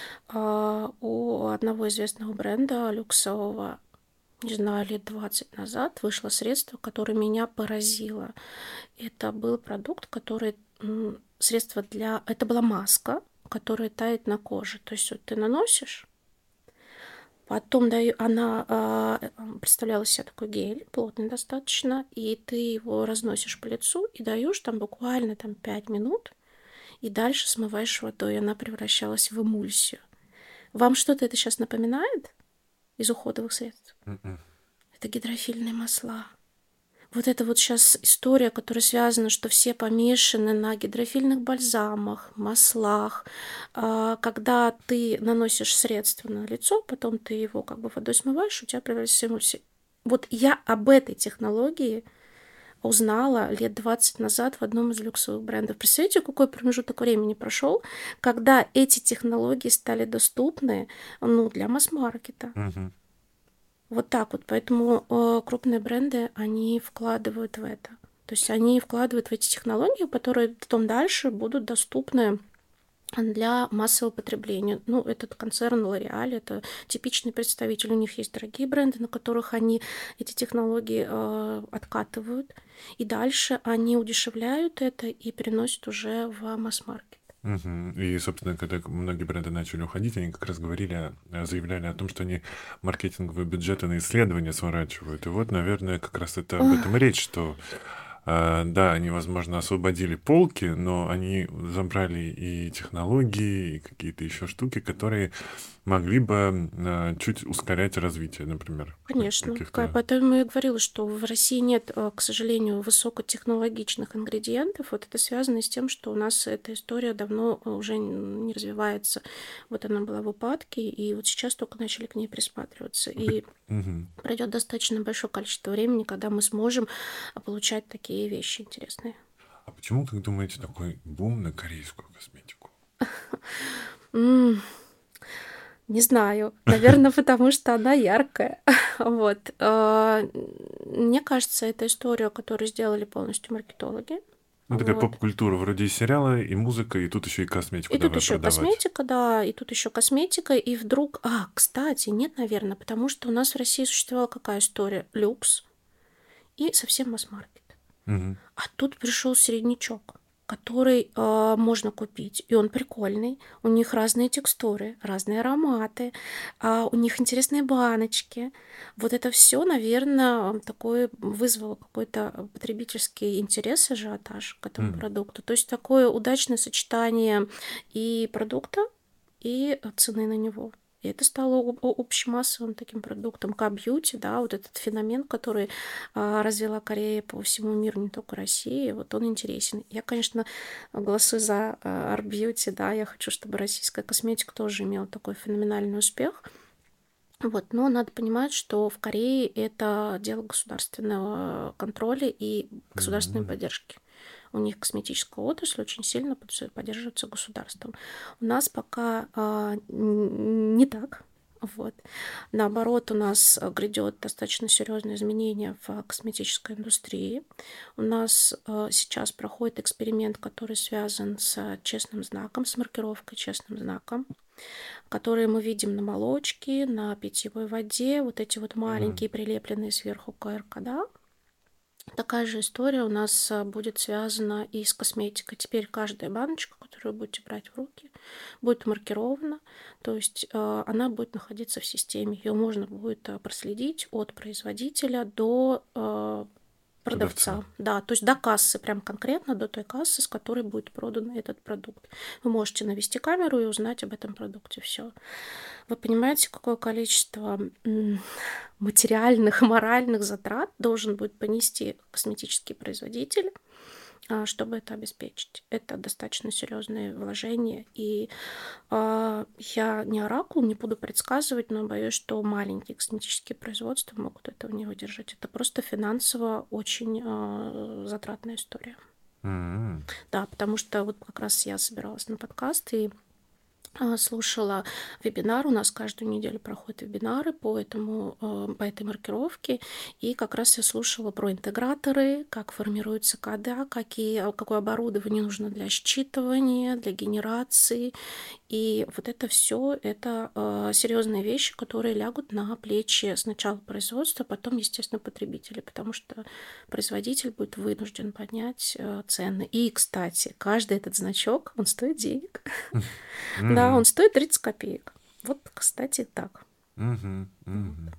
У одного известного бренда люксового, не знаю, лет 20 назад вышло средство, которое меня поразило. Это был продукт, который... Средство для... Это была маска, которая тает на коже. То есть вот ты наносишь, потом она представляла из себя такой гель, плотный достаточно, и ты его разносишь по лицу и даешь там буквально 5 минут, и дальше смываешь водой, и она превращалась в эмульсию. Вам что-то это сейчас напоминает из уходовых средств? Это гидрофильные масла. Вот это вот сейчас история, которая связана, что все помешаны на гидрофильных бальзамах, маслах. Когда ты наносишь средство на лицо, потом ты его водой смываешь, у тебя превращается в эмульсию. Вот я об этой технологии узнала лет 20 назад в одном из люксовых брендов. Представляете, какой промежуток времени прошел, когда эти технологии стали доступны для масс-маркета. Вот так вот. Поэтому крупные бренды, они вкладывают в это. То есть они вкладывают в эти технологии, которые потом дальше будут доступны для массового потребления. Ну, этот концерн L'Oréal — это типичный представитель. У них есть дорогие бренды, на которых они эти технологии откатывают. И дальше они удешевляют это и переносят уже в масс-маркет. И, собственно, когда многие бренды начали уходить, они как раз заявляли о том, что они маркетинговые бюджеты на исследования сворачивают. И вот, наверное, как раз это об этом и речь, что да, они, возможно, освободили полки, но они забрали и технологии, и какие-то еще штуки, которые могли бы чуть ускорять развитие, например, Конечно. каких-то... Поэтому я говорила, что в России нет, к сожалению, высокотехнологичных ингредиентов. Вот это связано с тем, что у нас эта история давно уже не развивается. Вот она была в упадке, и вот сейчас только начали к ней присматриваться. И Мгм. пройдет достаточно большое количество времени, когда мы сможем получать такие вещи интересные. А почему, как думаете, такой бум на корейскую косметику? М, Не знаю. Наверное, потому что она яркая. Вот. Мне кажется, это история, которую сделали полностью маркетологи. Ну, такая Вот. поп-культура, вроде и сериала, и музыка, и тут еще и косметику И тут давай еще продавать. косметика, да, и тут еще косметика, и вдруг... Кстати, нет, наверное, потому что у нас в России существовала какая история? Люкс и совсем масс-маркет. Мгм. А тут пришел среднячок, который можно купить, и он прикольный. У них разные текстуры, разные ароматы, у них интересные баночки. Вот это все, наверное, такое вызвало какой-то потребительский интерес, ажиотаж к этому Мгм. продукту. То есть такое удачное сочетание и продукта, и цены на него. И это стало общемассовым таким продуктом. К-бьюти, да, вот этот феномен, который развела Корея по всему миру, не только России, вот он интересен. Я, конечно, голосую за арт-бьюти, да, я хочу, чтобы российская косметика тоже имела такой феноменальный успех. Вот, но надо понимать, что в Корее это дело государственного контроля и государственной Мгм. поддержки. У них косметическая отрасль очень сильно поддерживается государством. У нас пока не так. Вот. Наоборот, у нас грядет достаточно серьезное изменение в косметической индустрии. У нас сейчас проходит эксперимент, который связан с честным знаком, с маркировкой честным знаком, которые мы видим на молочке, на питьевой воде, вот эти вот маленькие прилепленные сверху QR-кода. Такая же история у нас будет связана и с косметикой. Теперь каждая баночка, которую вы будете брать в руки, будет маркирована, то есть она будет находиться в системе. Ее можно будет проследить от производителя до продавца. Да, то есть до кассы, прям конкретно до той кассы, с которой будет продан этот продукт. Вы можете навести камеру и узнать об этом продукте. Все. Вы понимаете, какое количество материальных, моральных затрат должен будет понести косметический производитель, чтобы это обеспечить. Это достаточно серьезные вложения. И я не оракул, не буду предсказывать, но боюсь, что маленькие косметические производства могут этого не выдержать. Это просто финансово очень затратная история. Мгм. Да, потому что вот как раз я собиралась на подкаст и слушала вебинар. У нас каждую неделю проходят вебинары по этой маркировке. И как раз я слушала про интеграторы, как формируются кода, какое оборудование нужно для считывания, для генерации. И вот это все это серьезные вещи, которые лягут на плечи сначала производства, потом, естественно, потребителя, потому что производитель будет вынужден поднять цены. И, кстати, каждый этот значок, он стоит денег. Да, он Мгм. стоит 30 копеек. Вот, кстати, так. Мгм. Вот. Мгм.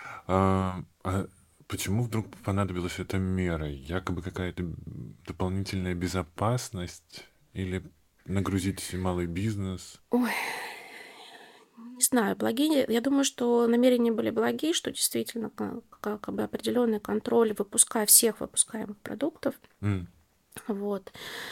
А почему вдруг понадобилась эта мера? Якобы какая-то дополнительная безопасность или нагрузить малый бизнес? Ой, не знаю, благие. Я думаю, что намерения были благие, что действительно как бы определенный контроль всех выпускаемых продуктов. М. Вот.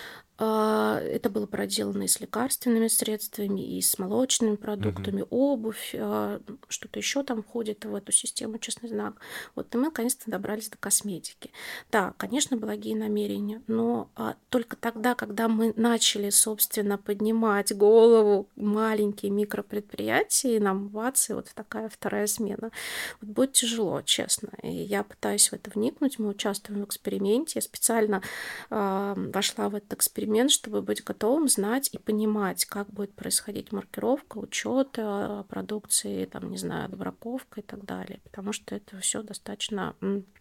Это было проделано и с лекарственными средствами, и с молочными Мгм. продуктами, обувь, что-то еще там входит в эту систему «Честный знак». Вот, и мы наконец-то добрались до косметики. Да, конечно, благие намерения, но только тогда, когда мы начали, собственно, поднимать голову маленькие микропредприятия, и нам бац, и вот такая вторая смена. Вот будет тяжело, честно. И я пытаюсь в это вникнуть, мы участвуем в эксперименте. Я специально вошла в этот эксперимент перемен, чтобы быть готовым, знать и понимать, как будет происходить маркировка, учет продукции, там, не знаю, добраковка и так далее, потому что это все достаточно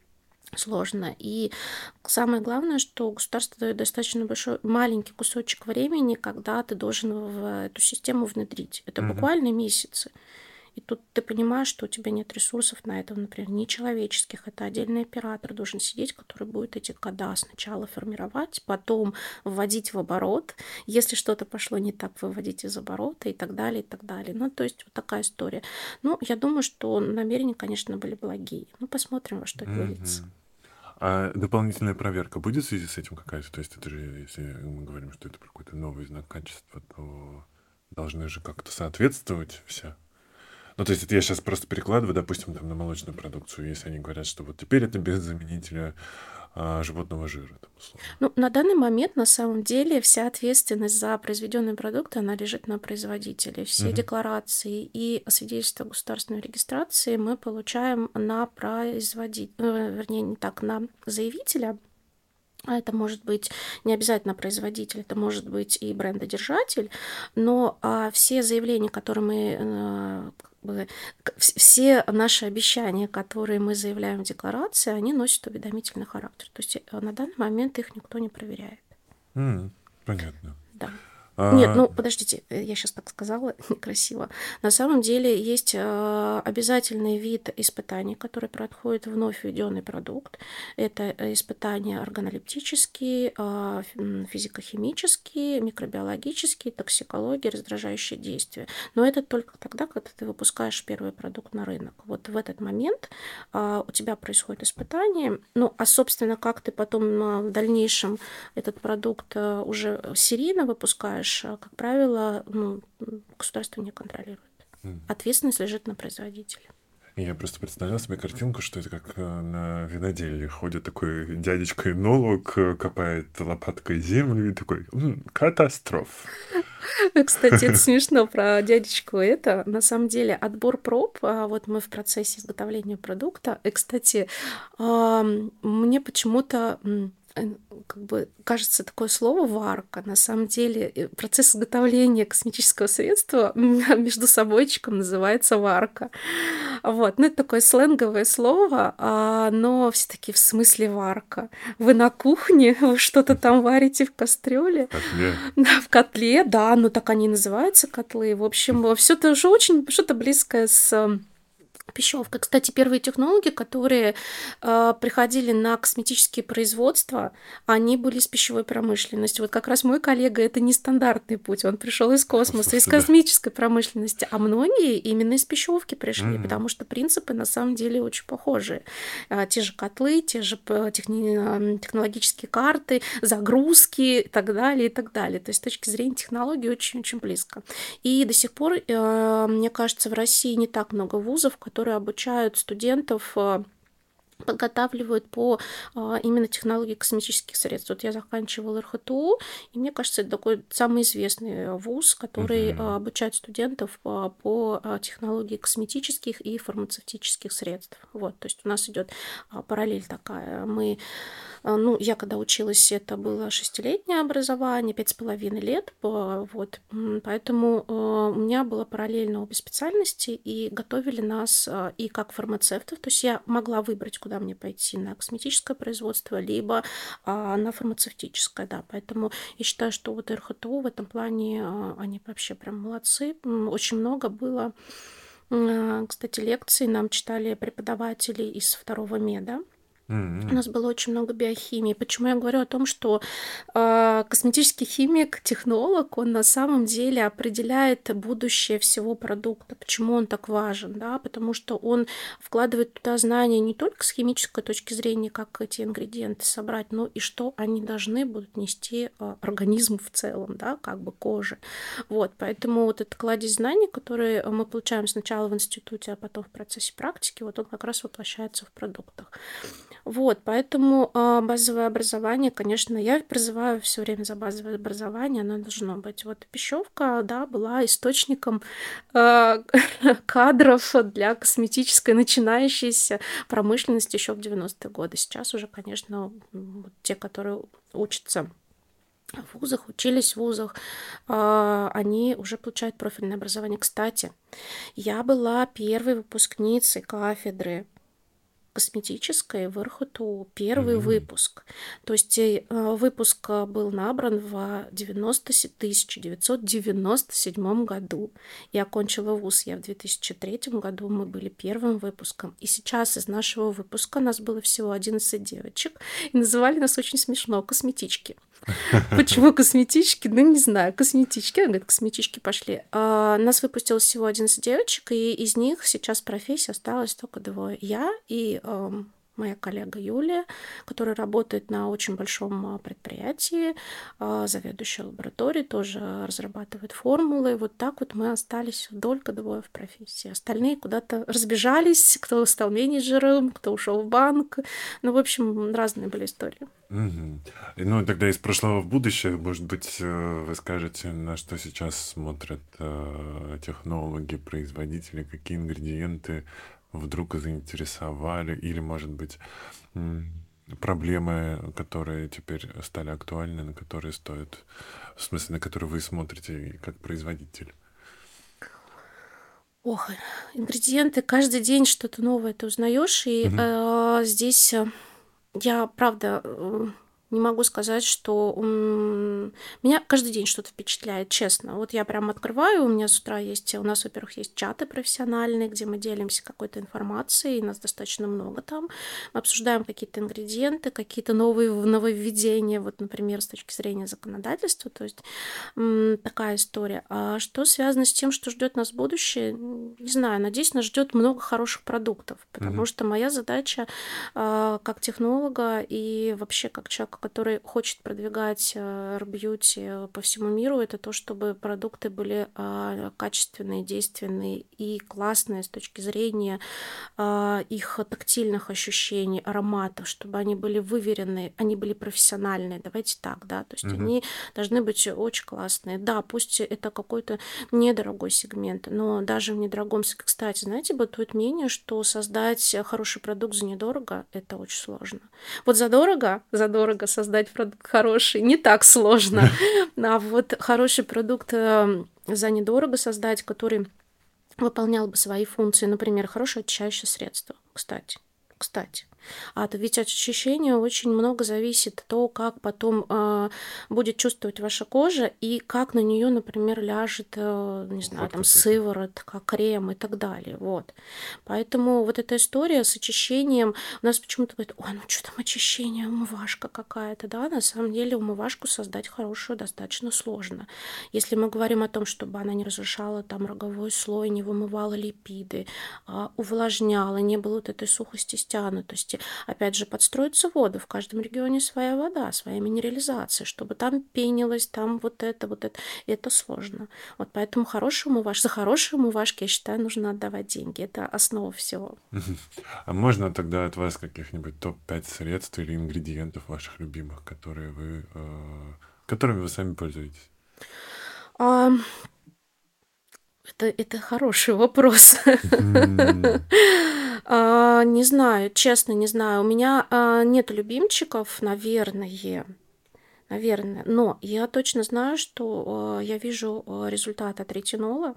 сложно. И самое главное, что государство дает достаточно большой, маленький кусочек времени, когда ты должен в эту систему внедрить. Это буквально месяцы. И тут ты понимаешь, что у тебя нет ресурсов на это, например, не человеческих. Это отдельный оператор должен сидеть, который будет эти кода сначала формировать, потом вводить в оборот. Если что-то пошло не так, выводить из оборота и так далее, и так далее. Ну, то есть вот такая история. Ну, я думаю, что намерения, конечно, были благие. Ну, посмотрим, во что это выльется. А дополнительная проверка будет в связи с этим какая-то? То есть это же, если мы говорим, что это какой-то новый знак качества, то должны же как-то соответствовать все. Ну, то есть это я сейчас просто перекладываю, допустим, там, на молочную продукцию, если они говорят, что вот теперь это без заменителя животного жира, там, условно. Ну, на данный момент, на самом деле, вся ответственность за произведенный продукт, она лежит на производителе. Все декларации и свидетельства государственной регистрации мы получаем на производителя, вернее, не так, на заявителя. А это может быть не обязательно производитель, это может быть и брендодержатель, но все заявления, которые мы все наши обещания, которые мы заявляем в декларации, они носят уведомительный характер. То есть на данный момент их никто не проверяет. Понятно. Да. Нет, ну подождите, я сейчас так сказала, некрасиво. На самом деле есть обязательный вид испытаний, который проходит вновь введенный продукт. Это испытания органолептические, физико-химические, микробиологические, токсикология, раздражающие действия. Но это только тогда, когда ты выпускаешь первый продукт на рынок. Вот в этот момент у тебя происходит испытание. Ну, а собственно, как ты потом в дальнейшем этот продукт уже серийно выпускаешь, как правило, государство не контролирует. Ответственность лежит на производителе. Я просто представлял себе картинку, что это как на виноделии ходит такой дядечка-энолог, копает лопаткой землю и такой катастроф. Кстати, это смешно про дядечку. Это на самом деле отбор проб. Вот мы в процессе изготовления продукта. И, кстати, мне почему-то как бы кажется такое слово варка. На самом деле процесс изготовления косметического средства между собойчиком называется варка. Вот. Ну, это такое сленговое слово, но все-таки в смысле варка. Вы на кухне, вы что-то там варите в кастрюле. Да, в котле, да, ну так они и называются котлы. В общем, все это уже очень что-то близкое с пищевка. Кстати, первые технологии, которые приходили на косметические производства, они были из пищевой промышленности. Вот как раз мой коллега, это нестандартный путь. Он пришел из космоса, из космической промышленности, а многие именно из пищевки пришли, потому что принципы на самом деле очень похожие. Те же котлы, те же технологические карты, загрузки и так далее, и так далее. То есть с точки зрения технологий очень-очень близко. И до сих пор, мне кажется, в России не так много вузов, которые обучают студентов, подготавливают по именно технологии косметических средств. Вот я заканчивала РХТУ, и мне кажется, это такой самый известный вуз, который обучает студентов по технологии косметических и фармацевтических средств. Вот, то есть у нас идет параллель такая. Я когда училась, это было 6-летнее образование, 5,5 лет, вот, поэтому у меня было параллельно обе специальности, и готовили нас и как фармацевтов, то есть я могла выбрать, куда мне пойти, на косметическое производство, либо на фармацевтическое, да, поэтому я считаю, что вот РХТУ в этом плане, они вообще прям молодцы, очень много было, кстати, лекций нам читали преподаватели из второго меда. У нас было очень много биохимии. Почему я говорю о том, что косметический химик, технолог, он на самом деле определяет будущее всего продукта. Почему он так важен? Да? Потому что он вкладывает туда знания не только с химической точки зрения, как эти ингредиенты собрать, но и что они должны будут нести организму в целом, да, как бы коже. Вот, поэтому вот этот кладезь знаний, который мы получаем сначала в институте, а потом в процессе практики, вот он как раз воплощается в продуктах. Вот, поэтому базовое образование, конечно, я призываю все время за базовое образование, оно должно быть. Вот пищевка, да, была источником кадров для косметической начинающейся промышленности еще в 90-е годы. Сейчас уже, конечно, те, которые учатся в вузах, учились в вузах, они уже получают профильное образование. Кстати, я была первой выпускницей кафедры косметической в РХТУ, первый выпуск. То есть выпуск был набран в 1997 году. Я окончила вуз я в 2003 году, мы были первым выпуском. И сейчас из нашего выпуска нас было всего 11 девочек, и называли нас очень смешно «косметички». Почему косметички? Ну, не знаю, косметички. Она говорит, косметички пошли. Нас выпустилось всего 11 девочек, и из них сейчас в профессии осталось только 2. Я и моя коллега Юлия, которая работает на очень большом предприятии, заведующая лабораторией, тоже разрабатывает формулы. Вот так вот мы остались только 2 в профессии. Остальные куда-то разбежались, кто стал менеджером, кто ушел в банк. Ну, в общем, разные были истории. Ну, тогда из прошлого в будущее, может быть, вы скажете, на что сейчас смотрят технологи, производители, какие ингредиенты вдруг заинтересовали, или, может быть, проблемы, которые теперь стали актуальны, на которые стоит, в смысле, на которые вы смотрите как производитель? Ох, ингредиенты, каждый день что-то новое ты узнаешь, и здесь я, правда, не могу сказать, что меня каждый день что-то впечатляет, честно. Вот я прям открываю, у меня с утра есть, у нас, во-первых, есть чаты профессиональные, где мы делимся какой-то информацией, нас достаточно много там. Мы обсуждаем какие-то ингредиенты, какие-то нововведения, вот, например, с точки зрения законодательства, то есть такая история. А что связано с тем, что ждет нас в будущее, не знаю, надеюсь, нас ждет много хороших продуктов, потому что моя задача как технолога и вообще как человека, который хочет продвигать Herbbeauty по всему миру, это то, чтобы продукты были качественные, действенные и классные с точки зрения их тактильных ощущений, ароматов, чтобы они были выверенные, они были профессиональные, давайте так, да, то есть они должны быть очень классные. Да, пусть это какой-то недорогой сегмент, но даже в недорогом сегменте, кстати, знаете, бытует мнение, что создать хороший продукт за недорого – это очень сложно. Вот задорого создать продукт хороший не так сложно, а вот хороший продукт за недорого создать, который выполнял бы свои функции, например, хорошее очищающее средство, кстати. А то ведь от очищения очень много зависит от того, как потом будет чувствовать ваша кожа и как на нее, например, ляжет, не знаю, там сыворотка, крем и так далее. Вот. Поэтому вот эта история с очищением, у нас почему-то говорят, ой, ну что там очищение, умывашка какая-то, да, на самом деле умывашку создать хорошую достаточно сложно. Если мы говорим о том, чтобы она не разрушала там роговой слой, не вымывала липиды, увлажняла, не было вот этой сухости стянутости, опять же, подстроиться воду. В каждом регионе своя вода, своя минерализация, чтобы там пенилось, там вот это. И это сложно. Вот поэтому за хорошие умывашки, я считаю, нужно отдавать деньги. Это основа всего. А можно тогда от вас каких-нибудь топ-5 средств или ингредиентов ваших любимых, которыми вы сами пользуетесь? Это хороший вопрос. Не знаю, честно, не знаю. У меня нет любимчиков, наверное. Но я точно знаю, что я вижу результат от ретинола.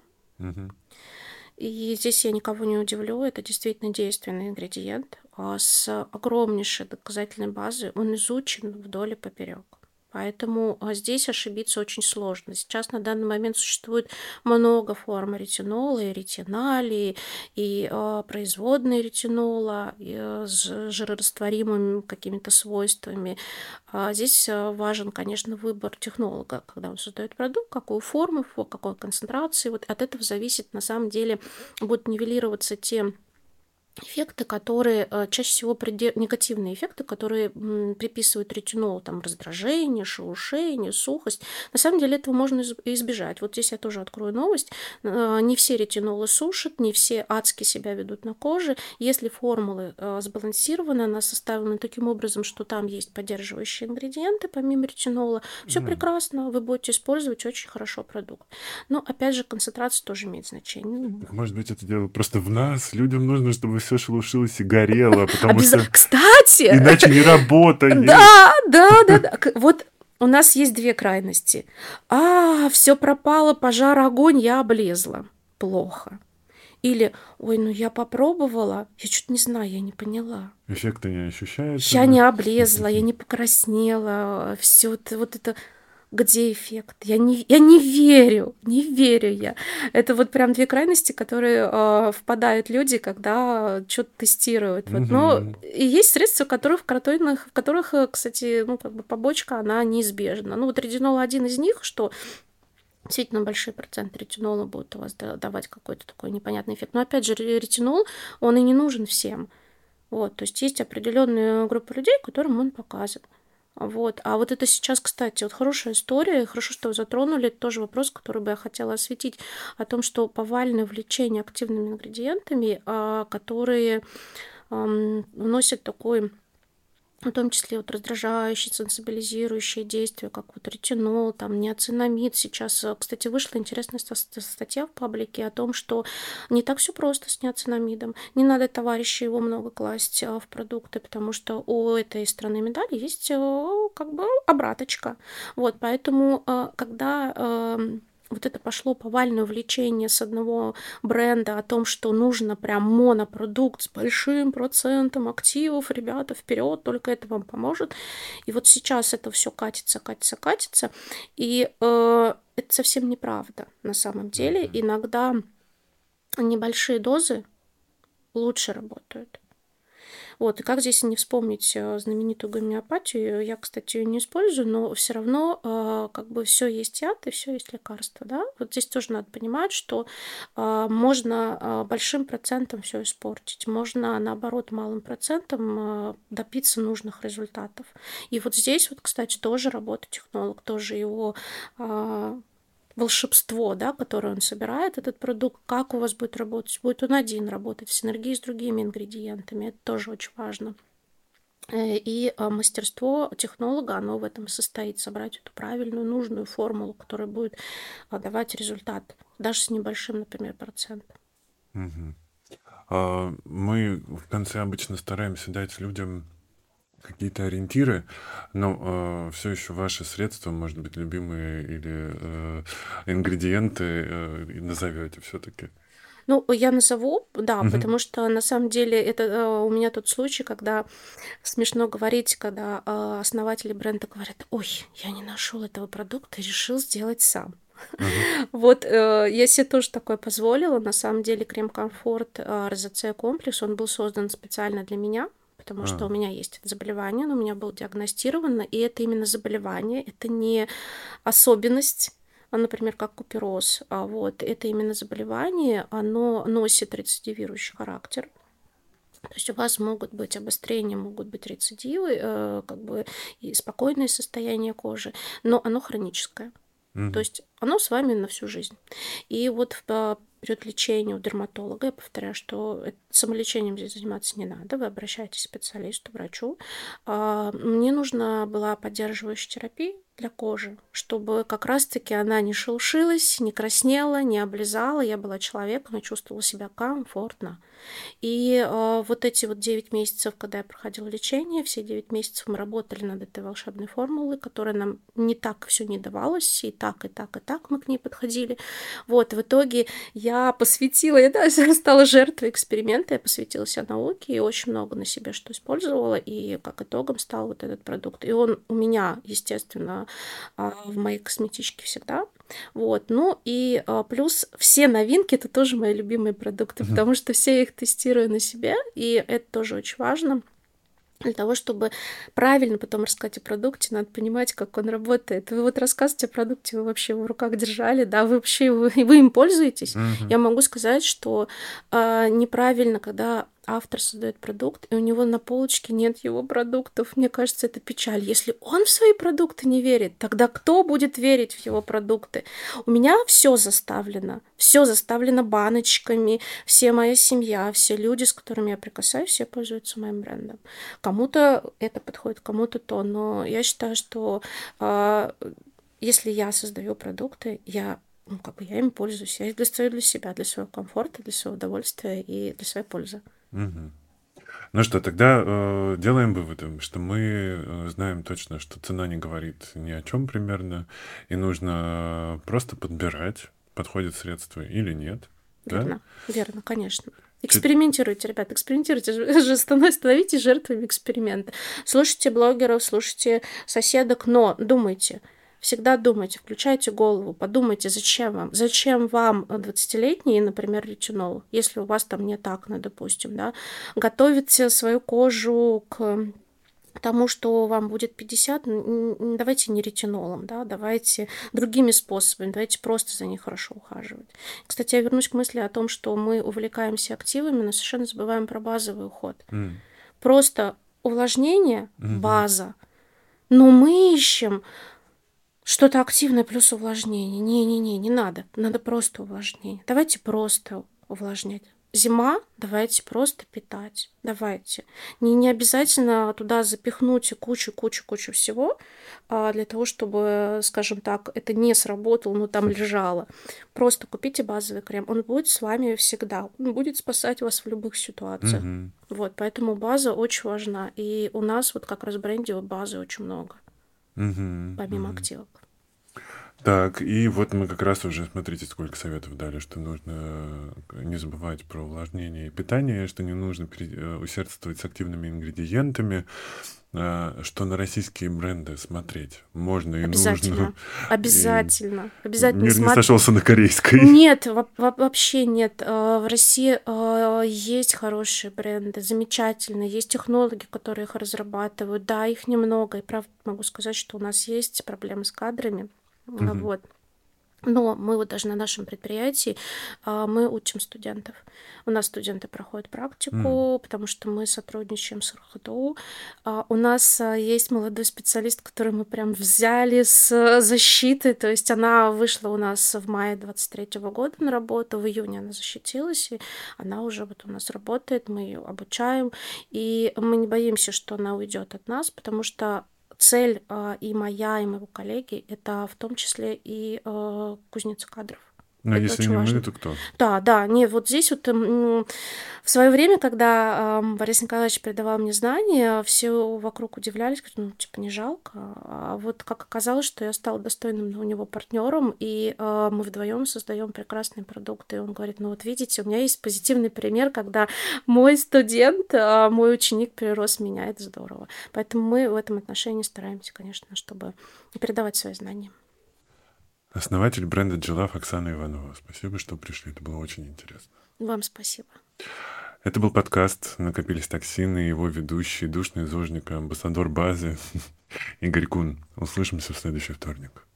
И здесь я никого не удивлю. Это действительно действенный ингредиент с огромнейшей доказательной базой. Он изучен вдоль и поперек. Поэтому здесь ошибиться очень сложно. Сейчас на данный момент существует много форм ретинола, и ретиналии, и производные ретинола с жирорастворимыми какими-то свойствами. Здесь важен, конечно, выбор технолога, когда он создает продукт, какую форму, по какой концентрации. Вот от этого зависит, на самом деле, будут нивелироваться те эффекты, которые чаще всего негативные эффекты, которые приписывают ретинолу, там раздражение, шелушение, сухость. На самом деле этого можно избежать. Вот здесь я тоже открою новость. Не все ретинолы сушат, не все адски себя ведут на коже. Если формулы сбалансированы, она составлена таким образом, что там есть поддерживающие ингредиенты помимо ретинола, все прекрасно, вы будете использовать очень хорошо продукт. Но опять же концентрация тоже имеет значение. Может быть, это дело просто в нас. Людям нужно, чтобы все шелушилось и горело, потому что кстати, иначе не работает. Да. Вот у нас есть две крайности. Все пропало, пожар, огонь, я облезла. Плохо. Или, ой, ну я попробовала, я что-то не знаю, я не поняла. Эффекта не ощущается, Я да? не облезла, я не покраснела, все вот это. Где эффект? Я не верю я. Это вот прям две крайности, которые впадают люди, когда что-то тестируют. Вот. Но и есть средства, в которых, кстати, ну, как бы побочка, она неизбежна. Ну, вот ретинол один из них, что действительно большой процент ретинола будет у вас давать какой-то такой непонятный эффект. Но опять же, ретинол, он и не нужен всем. Вот, то есть есть определенная группа людей, которым он показан. Вот. А вот это сейчас, кстати, вот хорошая история, хорошо, что вы затронули, это тоже вопрос, который бы я хотела осветить, о том, что повальное влечение активными ингредиентами, которые вносят такой, в том числе вот раздражающие, сенсибилизирующие действия, как вот ретинол, там, ниацинамид. Сейчас, кстати, вышла интересная статья в паблике о том, что не так все просто с ниацинамидом. Не надо, товарищи, его много класть в продукты, потому что у этой стороны медали есть как бы обраточка. Вот, поэтому, когда вот это пошло повальное увлечение с одного бренда о том, что нужно прям монопродукт с большим процентом активов, ребята, вперед, только это вам поможет. И вот сейчас это все катится, и это совсем неправда на самом деле. Иногда небольшие дозы лучше работают. Вот, и как здесь не вспомнить знаменитую гомеопатию? Я, кстати, ее не использую, но все равно как бы все есть яд и все есть лекарство, да? Вот здесь тоже надо понимать, что можно большим процентом все испортить, можно, наоборот, малым процентом добиться нужных результатов. И вот здесь вот, кстати, тоже работает технолог, тоже его волшебство, да, которое он собирает, этот продукт, как у вас будет работать, будет он один работать в синергии с другими ингредиентами, это тоже очень важно. И мастерство технолога, оно в этом состоит, собрать эту правильную, нужную формулу, которая будет давать результат, даже с небольшим, например, процентом. Мы в конце обычно стараемся дать людям какие-то ориентиры, но все еще ваши средства, может быть, любимые или ингредиенты назовете все-таки. Ну, я назову, да, потому что на самом деле это у меня тот случай, когда смешно говорить, когда основатели бренда говорят: ой, я не нашел этого продукта и решил сделать сам. Вот я себе тоже такое позволила. На самом деле крем-комфорт розацея комплекс, он был создан специально для меня, потому что у меня есть это заболевание, но у меня было диагностировано, и это именно заболевание, это не особенность, например, как купероз. Вот, это именно заболевание, оно носит рецидивирующий характер. То есть у вас могут быть обострения, могут быть рецидивы, как бы и спокойное состояние кожи, но оно хроническое. То есть оно с вами на всю жизнь. И вот в период лечения у дерматолога, я повторяю, что самолечением здесь заниматься не надо, вы обращаетесь к специалисту, врачу. Мне нужна была поддерживающая терапия для кожи, чтобы как раз-таки она не шелушилась, не краснела, не облизала, я была человеком и чувствовала себя комфортно. И вот эти вот 9 месяцев, когда я проходила лечение, все 9 месяцев мы работали над этой волшебной формулой, которая нам не так все не давалось, и так мы к ней подходили. Вот, в итоге я даже стала жертвой эксперимента, я посвятила себя науке и очень много на себе что использовала, и как итогом стал вот этот продукт. И он у меня, естественно, в моей косметичке всегда. Вот, ну и плюс все новинки — это тоже мои любимые продукты, потому что все я их тестирую на себе, и это тоже очень важно. Для того, чтобы правильно потом рассказать о продукте, надо понимать, как он работает. Вы вот рассказываете о продукте, вы вообще его в руках держали, да, вы вообще вы им пользуетесь. Я могу сказать, что неправильно, когда автор создает продукт, и у него на полочке нет его продуктов. Мне кажется, это печаль. Если он в свои продукты не верит, тогда кто будет верить в его продукты? У меня все заставлено баночками, все моя семья, все люди, с которыми я прикасаюсь, все пользуются моим брендом. Кому-то это подходит, кому-то то, но я считаю, что если я создаю продукты, я им пользуюсь. Я их достаю для себя, для своего комфорта, для своего удовольствия и для своей пользы. Ну что, тогда делаем выводы, что мы знаем точно, что цена не говорит ни о чем примерно, и нужно просто подбирать, подходит средство или нет. Да? Верно, верно, конечно. Экспериментируйте, ребят, экспериментируйте, становитесь жертвами эксперимента. Слушайте блогеров, слушайте соседок, но думайте, всегда думайте, включайте голову, подумайте, зачем вам 20-летний, например, ретинол, если у вас там нет акне, допустим, да, готовите свою кожу к тому, что вам будет 50, давайте не ретинолом, да, давайте другими способами, давайте просто за ней хорошо ухаживать. Кстати, я вернусь к мысли о том, что мы увлекаемся активами, но совершенно забываем про базовый уход. Просто увлажнение, база, но мы ищем что-то активное плюс увлажнение. Не надо. Надо просто увлажнение. Давайте просто увлажнять. Зима, давайте просто питать. Давайте. Не обязательно туда запихнуть кучу всего для того, чтобы, скажем так, это не сработало, но там лежало. Просто купите базовый крем. Он будет с вами всегда. Он будет спасать вас в любых ситуациях. Вот, поэтому база очень важна. И у нас вот как раз в бренде базы очень много. Помимо активов. Так, и вот мы как раз уже, смотрите, сколько советов дали, что нужно не забывать про увлажнение и питание, что не нужно усердствовать с активными ингредиентами, что на российские бренды смотреть можно и нужно. Обязательно. Мир не сошелся на корейской. Нет, вообще нет. В России есть хорошие бренды, замечательные. Есть технологи, которые их разрабатывают. Да, их немного. И правда могу сказать, что у нас есть проблемы с кадрами. Вот. Но мы вот даже на нашем предприятии мы учим студентов. У нас студенты проходят практику, потому что мы сотрудничаем с РХТУ. У нас есть молодой специалист, который мы прям взяли с защиты. То есть она вышла у нас в мае 2023 года на работу, в июне она защитилась, и она уже вот у нас работает, мы ее обучаем. И мы не боимся, что она уйдет от нас, потому что цель и моя, и моего коллеги — это в том числе и кузница кадров. Но это если не мы, то кто? Да. Не, вот здесь вот в свое время, когда Борис Николаевич передавал мне знания, все вокруг удивлялись, говорят, типа не жалко. А вот как оказалось, что я стала достойным у него партнером, и мы вдвоем создаем прекрасные продукты. И он говорит, вот видите, у меня есть позитивный пример, когда мой студент, мой ученик перерос меня, это здорово. Поэтому мы в этом отношении стараемся, конечно, чтобы передавать свои знания. Основатель бренда Dжилав Оксана Иванова. Спасибо, что пришли. Это было очень интересно. Вам спасибо. Это был подкаст «Накопились токсины», его ведущий, душный зожник, амбассадор базы Игорь Кун. Услышимся в следующий вторник.